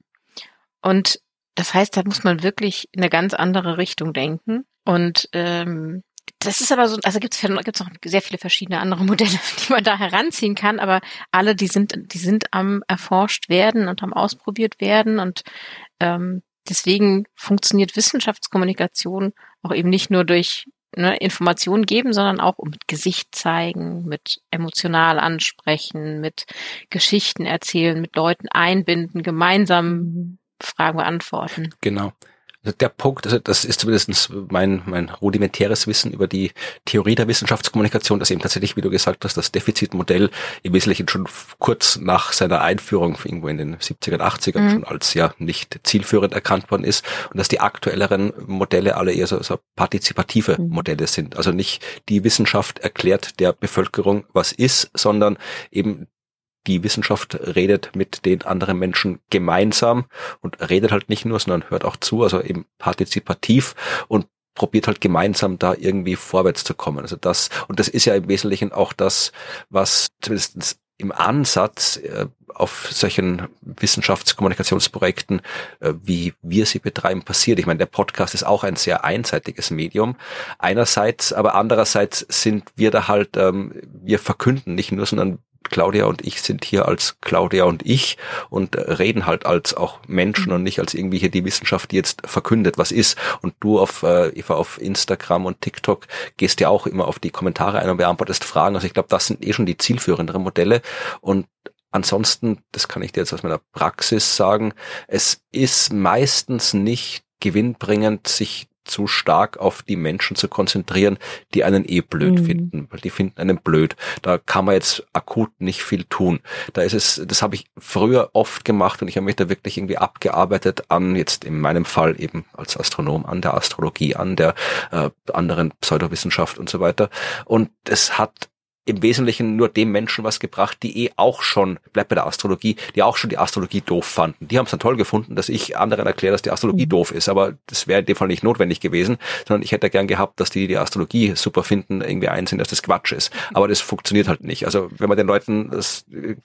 Und das heißt, da muss man wirklich in eine ganz andere Richtung denken. Und ähm, das ist aber so, also gibt es gibt's noch sehr viele verschiedene andere Modelle, die man da heranziehen kann, aber alle, die sind, die sind am erforscht werden und am ausprobiert werden und ähm, deswegen funktioniert Wissenschaftskommunikation auch eben nicht nur durch ne, Informationen geben, sondern auch mit Gesicht zeigen, mit emotional ansprechen, mit Geschichten erzählen, mit Leuten einbinden, gemeinsam Fragen beantworten. Genau. Also der Punkt, also das ist zumindest mein, mein rudimentäres Wissen über die Theorie der Wissenschaftskommunikation, dass eben tatsächlich, wie du gesagt hast, das Defizitmodell im Wesentlichen schon kurz nach seiner Einführung irgendwo in den siebzigern, achtzigern mhm. schon als ja nicht zielführend erkannt worden ist und dass die aktuelleren Modelle alle eher so, so partizipative mhm. Modelle sind. Also nicht die Wissenschaft erklärt der Bevölkerung, was ist, sondern eben die Wissenschaft redet mit den anderen Menschen gemeinsam und redet halt nicht nur, sondern hört auch zu, also eben partizipativ und probiert halt gemeinsam da irgendwie vorwärts zu kommen. Also das, und das ist ja im Wesentlichen auch das, was zumindest im Ansatz äh, auf solchen Wissenschaftskommunikationsprojekten, äh, wie wir sie betreiben, passiert. Ich meine, der Podcast ist auch ein sehr einseitiges Medium. Einerseits, aber andererseits sind wir da halt, ähm, wir verkünden nicht nur, sondern Claudia und ich sind hier als Claudia und ich und reden halt als auch Menschen und nicht als irgendwie hier die Wissenschaft, die jetzt verkündet, was ist. Und du auf äh, Eva auf Instagram und TikTok gehst ja auch immer auf die Kommentare ein und beantwortest Fragen. Also ich glaube, das sind eh schon die zielführenderen Modelle. Und ansonsten, das kann ich dir jetzt aus meiner Praxis sagen, es ist meistens nicht gewinnbringend, sich zu stark auf die Menschen zu konzentrieren, die einen eh blöd mhm. finden, weil die finden einen blöd. Da kann man jetzt akut nicht viel tun. Da ist es, das habe ich früher oft gemacht und ich habe mich da wirklich irgendwie abgearbeitet an, jetzt in meinem Fall eben als Astronom, an der Astrologie, an der äh, anderen Pseudowissenschaft und so weiter. Und es hat im Wesentlichen nur dem Menschen was gebracht, die eh auch schon, bleibt bei der Astrologie, die auch schon die Astrologie doof fanden. Die haben es dann toll gefunden, dass ich anderen erkläre, dass die Astrologie mhm. doof ist, aber das wäre in dem Fall nicht notwendig gewesen, sondern ich hätte gern gehabt, dass die die Astrologie super finden, irgendwie einsehen, dass das Quatsch ist. Aber das funktioniert halt nicht. Also wenn man den Leuten, das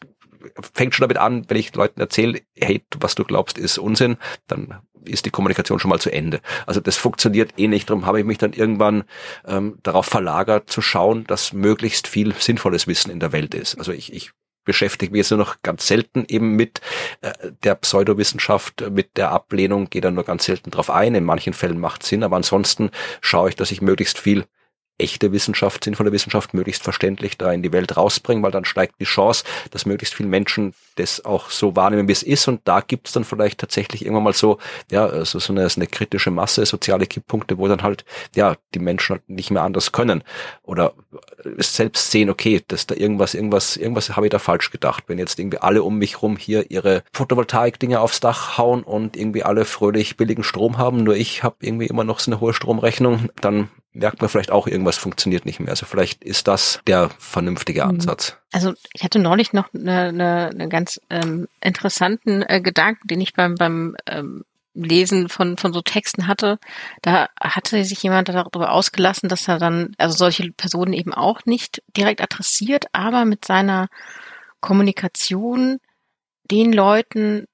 fängt schon damit an, wenn ich Leuten erzähle, hey, was du glaubst, ist Unsinn, dann ist die Kommunikation schon mal zu Ende. Also das funktioniert eh nicht. Darum habe ich mich dann irgendwann ähm, darauf verlagert, zu schauen, dass möglichst viel sinnvolles Wissen in der Welt ist. Also ich, ich beschäftige mich jetzt nur noch ganz selten eben mit äh, der Pseudowissenschaft, mit der Ablehnung, gehe dann nur ganz selten drauf ein. In manchen Fällen macht es Sinn, aber ansonsten schaue ich, dass ich möglichst viel echte Wissenschaft, sinnvolle Wissenschaft möglichst verständlich da in die Welt rausbringen, weil dann steigt die Chance, dass möglichst viele Menschen das auch so wahrnehmen, wie es ist. Und da gibt es dann vielleicht tatsächlich irgendwann mal so, ja, so, so, eine, so eine kritische Masse, soziale Kipppunkte, wo dann halt, ja, die Menschen halt nicht mehr anders können oder selbst sehen, okay, dass da irgendwas, irgendwas, irgendwas habe ich da falsch gedacht. Wenn jetzt irgendwie alle um mich rum hier ihre Photovoltaik-Dinge aufs Dach hauen und irgendwie alle fröhlich billigen Strom haben, nur ich habe irgendwie immer noch so eine hohe Stromrechnung, dann merkt man vielleicht auch, irgendwas funktioniert nicht mehr. Also vielleicht ist das der vernünftige Ansatz. Also ich hatte neulich noch eine, eine, eine ganz ähm, interessanten äh, Gedanken, den ich beim beim ähm, Lesen von von so Texten hatte. Da hatte sich jemand darüber ausgelassen, dass er dann, also solche Personen eben auch nicht direkt adressiert, aber mit seiner Kommunikation den Leuten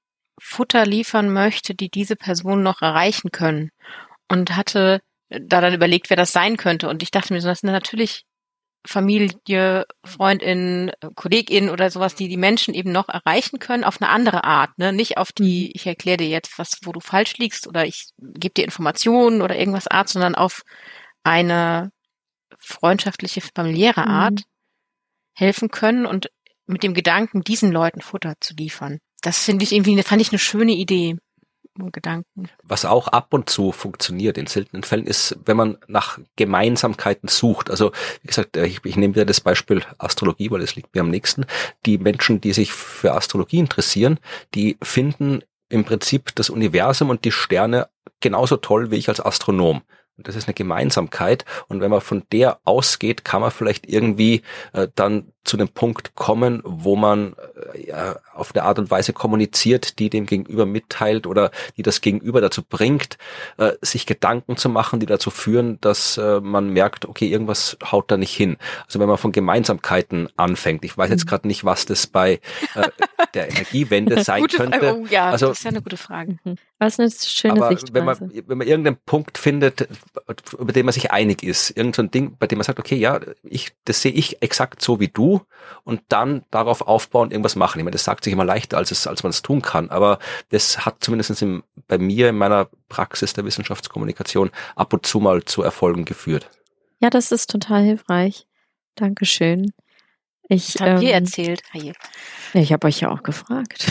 Futter liefern möchte, die diese Person noch erreichen können. Und hatte da dann überlegt, wer das sein könnte. Und ich dachte mir so, das sind natürlich Familie, Freundin, Kollegin oder sowas, die die Menschen eben noch erreichen können auf eine andere Art, ne? Nicht auf die, ich erkläre dir jetzt was, wo du falsch liegst oder ich gebe dir Informationen oder irgendwas Art, sondern auf eine freundschaftliche, familiäre Art Mhm. helfen können und mit dem Gedanken, diesen Leuten Futter zu liefern. Das finde ich irgendwie, fand ich eine schöne Idee. Gedanken. Was auch ab und zu funktioniert in seltenen Fällen ist, wenn man nach Gemeinsamkeiten sucht. Also wie gesagt, ich, ich nehme wieder das Beispiel Astrologie, weil es liegt mir am nächsten. Die Menschen, die sich für Astrologie interessieren, die finden im Prinzip das Universum und die Sterne genauso toll wie ich als Astronom. Und das ist eine Gemeinsamkeit. Und wenn man von der ausgeht, kann man vielleicht irgendwie äh, dann zu einem Punkt kommen, wo man äh, ja, auf eine Art und Weise kommuniziert, die dem Gegenüber mitteilt oder die das Gegenüber dazu bringt, äh, sich Gedanken zu machen, die dazu führen, dass äh, man merkt, okay, irgendwas haut da nicht hin. Also wenn man von Gemeinsamkeiten anfängt. Ich weiß jetzt gerade nicht, was das bei äh, der Energiewende sein Gute könnte. Frage. Oh ja, also, das ist ja eine gute Frage. Mhm. Das ist eine schöne aber Sichtweise. wenn man, wenn man irgendeinen Punkt findet, über den man sich einig ist, irgend so ein Ding, bei dem man sagt, okay, ja, ich, das sehe ich exakt so wie du und dann darauf aufbauen, irgendwas machen. Ich meine, das sagt sich immer leichter, als es, als man es tun kann, aber das hat zumindest im, bei mir in meiner Praxis der Wissenschaftskommunikation ab und zu mal zu Erfolgen geführt. Ja, das ist total hilfreich. Dankeschön. Ich, Das haben wir ähm, erzählt. Hi. ich habe euch ja auch gefragt.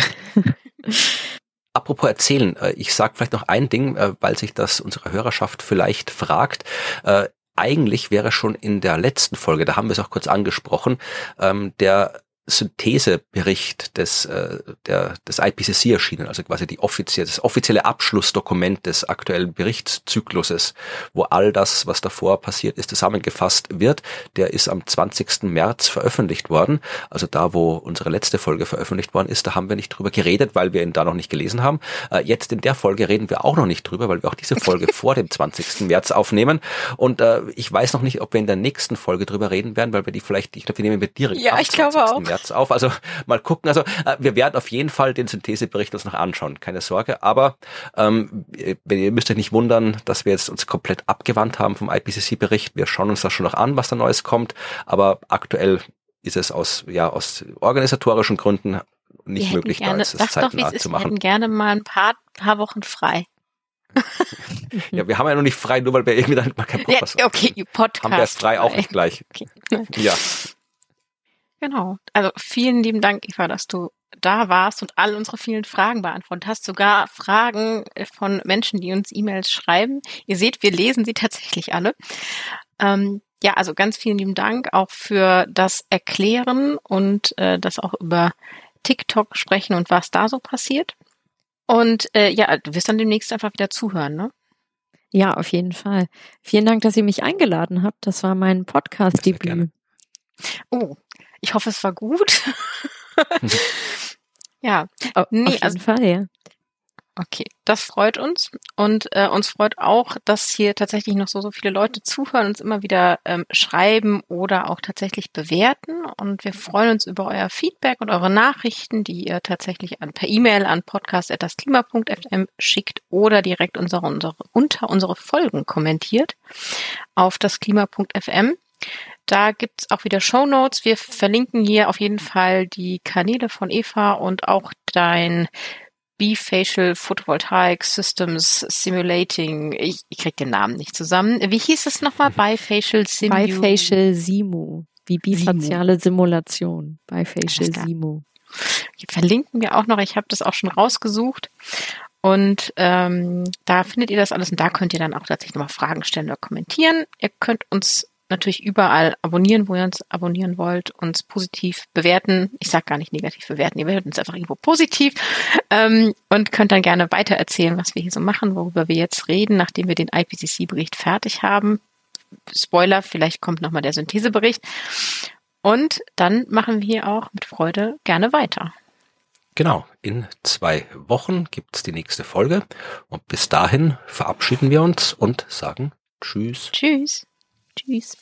Apropos erzählen, ich sage vielleicht noch ein Ding, weil sich das unsere Hörerschaft vielleicht fragt. Eigentlich wäre schon in der letzten Folge, da haben wir es auch kurz angesprochen, der Synthesebericht des äh, der des I P C C erschienen, also quasi die offizielle das offizielle Abschlussdokument des aktuellen Berichtszykluses, wo all das, was davor passiert ist, zusammengefasst wird. Der ist am zwanzigsten März veröffentlicht worden, also da, wo unsere letzte Folge veröffentlicht worden ist, da haben wir nicht drüber geredet, weil wir ihn da noch nicht gelesen haben. Äh, jetzt in der Folge reden wir auch noch nicht drüber, weil wir auch diese Folge vor dem zwanzigsten März aufnehmen und äh, ich weiß noch nicht, ob wir in der nächsten Folge drüber reden werden, weil wir die vielleicht, ich glaube, wir nehmen wir direkt Ja, am ich glaube auch. März auf. Also mal gucken. Also äh, wir werden auf jeden Fall den Synthesebericht uns noch anschauen, keine Sorge. Aber ähm, ihr, ihr müsst euch nicht wundern, dass wir jetzt uns komplett abgewandt haben vom I P C C-Bericht. Wir schauen uns das schon noch an, was da Neues kommt. Aber aktuell ist es aus ja aus organisatorischen Gründen nicht Wir möglich, gerne, da jetzt das sag doch, wie zeitnah es ist, zu wir machen. hätten gerne mal ein paar, paar Wochen frei. Ja, wir haben ja noch nicht frei, nur weil wir irgendwie dann mal keinen Bock Ja, was okay, Podcast. haben wir frei auch nicht gleich. Okay. Ja. Genau. Also vielen lieben Dank, Eva, dass du da warst und all unsere vielen Fragen beantwortet hast. Sogar Fragen von Menschen, die uns E-Mails schreiben. Ihr seht, wir lesen sie tatsächlich alle. Ähm, ja, also ganz vielen lieben Dank auch für das Erklären und äh, das auch über TikTok sprechen und was da so passiert. Und äh, ja, du wirst dann demnächst einfach wieder zuhören, ne? Ja, auf jeden Fall. Vielen Dank, dass ihr mich eingeladen habt. Das war mein Podcast-Debüt. Oh, ich hoffe, es war gut. Ja, Auf nee, jeden also Fall, ja. okay, das freut uns und äh, uns freut auch, dass hier tatsächlich noch so so viele Leute zuhören, uns immer wieder ähm, schreiben oder auch tatsächlich bewerten und wir freuen uns über euer Feedback und eure Nachrichten, die ihr tatsächlich an, per E-Mail an podcast at das klima punkt f m schickt oder direkt unsere, unsere, unter unsere Folgen kommentiert auf das klima punkt f m. Da gibt's auch wieder Shownotes. Wir verlinken hier auf jeden Fall die Kanäle von Eva und auch dein Bifacial Photovoltaic Systems Simulating. Ich, ich krieg den Namen nicht zusammen. Wie hieß es nochmal? Bifacial Simu. Bifacial Simu. Wie bifaciale Simulation. Bifacial Alles klar. Simu. Die verlinken wir auch noch. Ich habe das auch schon rausgesucht. Und ähm, da findet ihr das alles und da könnt ihr dann auch tatsächlich nochmal Fragen stellen oder kommentieren. Ihr könnt uns natürlich überall abonnieren, wo ihr uns abonnieren wollt, uns positiv bewerten. Ich sage gar nicht negativ bewerten, ihr werdet uns einfach irgendwo positiv ähm, und könnt dann gerne weiter erzählen, was wir hier so machen, worüber wir jetzt reden, nachdem wir den I P C C-Bericht fertig haben. Spoiler, vielleicht kommt nochmal der Synthesebericht. Und dann machen wir hier auch mit Freude gerne weiter. Genau, in zwei Wochen gibt's die nächste Folge und bis dahin verabschieden wir uns und sagen Tschüss. Tschüss. Tschüss.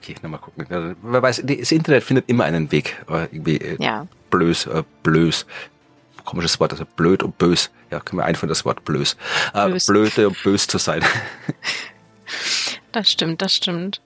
Okay, nochmal gucken. Wer weiß, das Internet findet immer einen Weg. Irgendwie äh, Ja. blös, äh, blös. Komisches Wort, also blöd und bös. Ja, können wir einführen, das Wort blös. Äh, Blös. Blöde und bös zu sein. Das stimmt, das stimmt.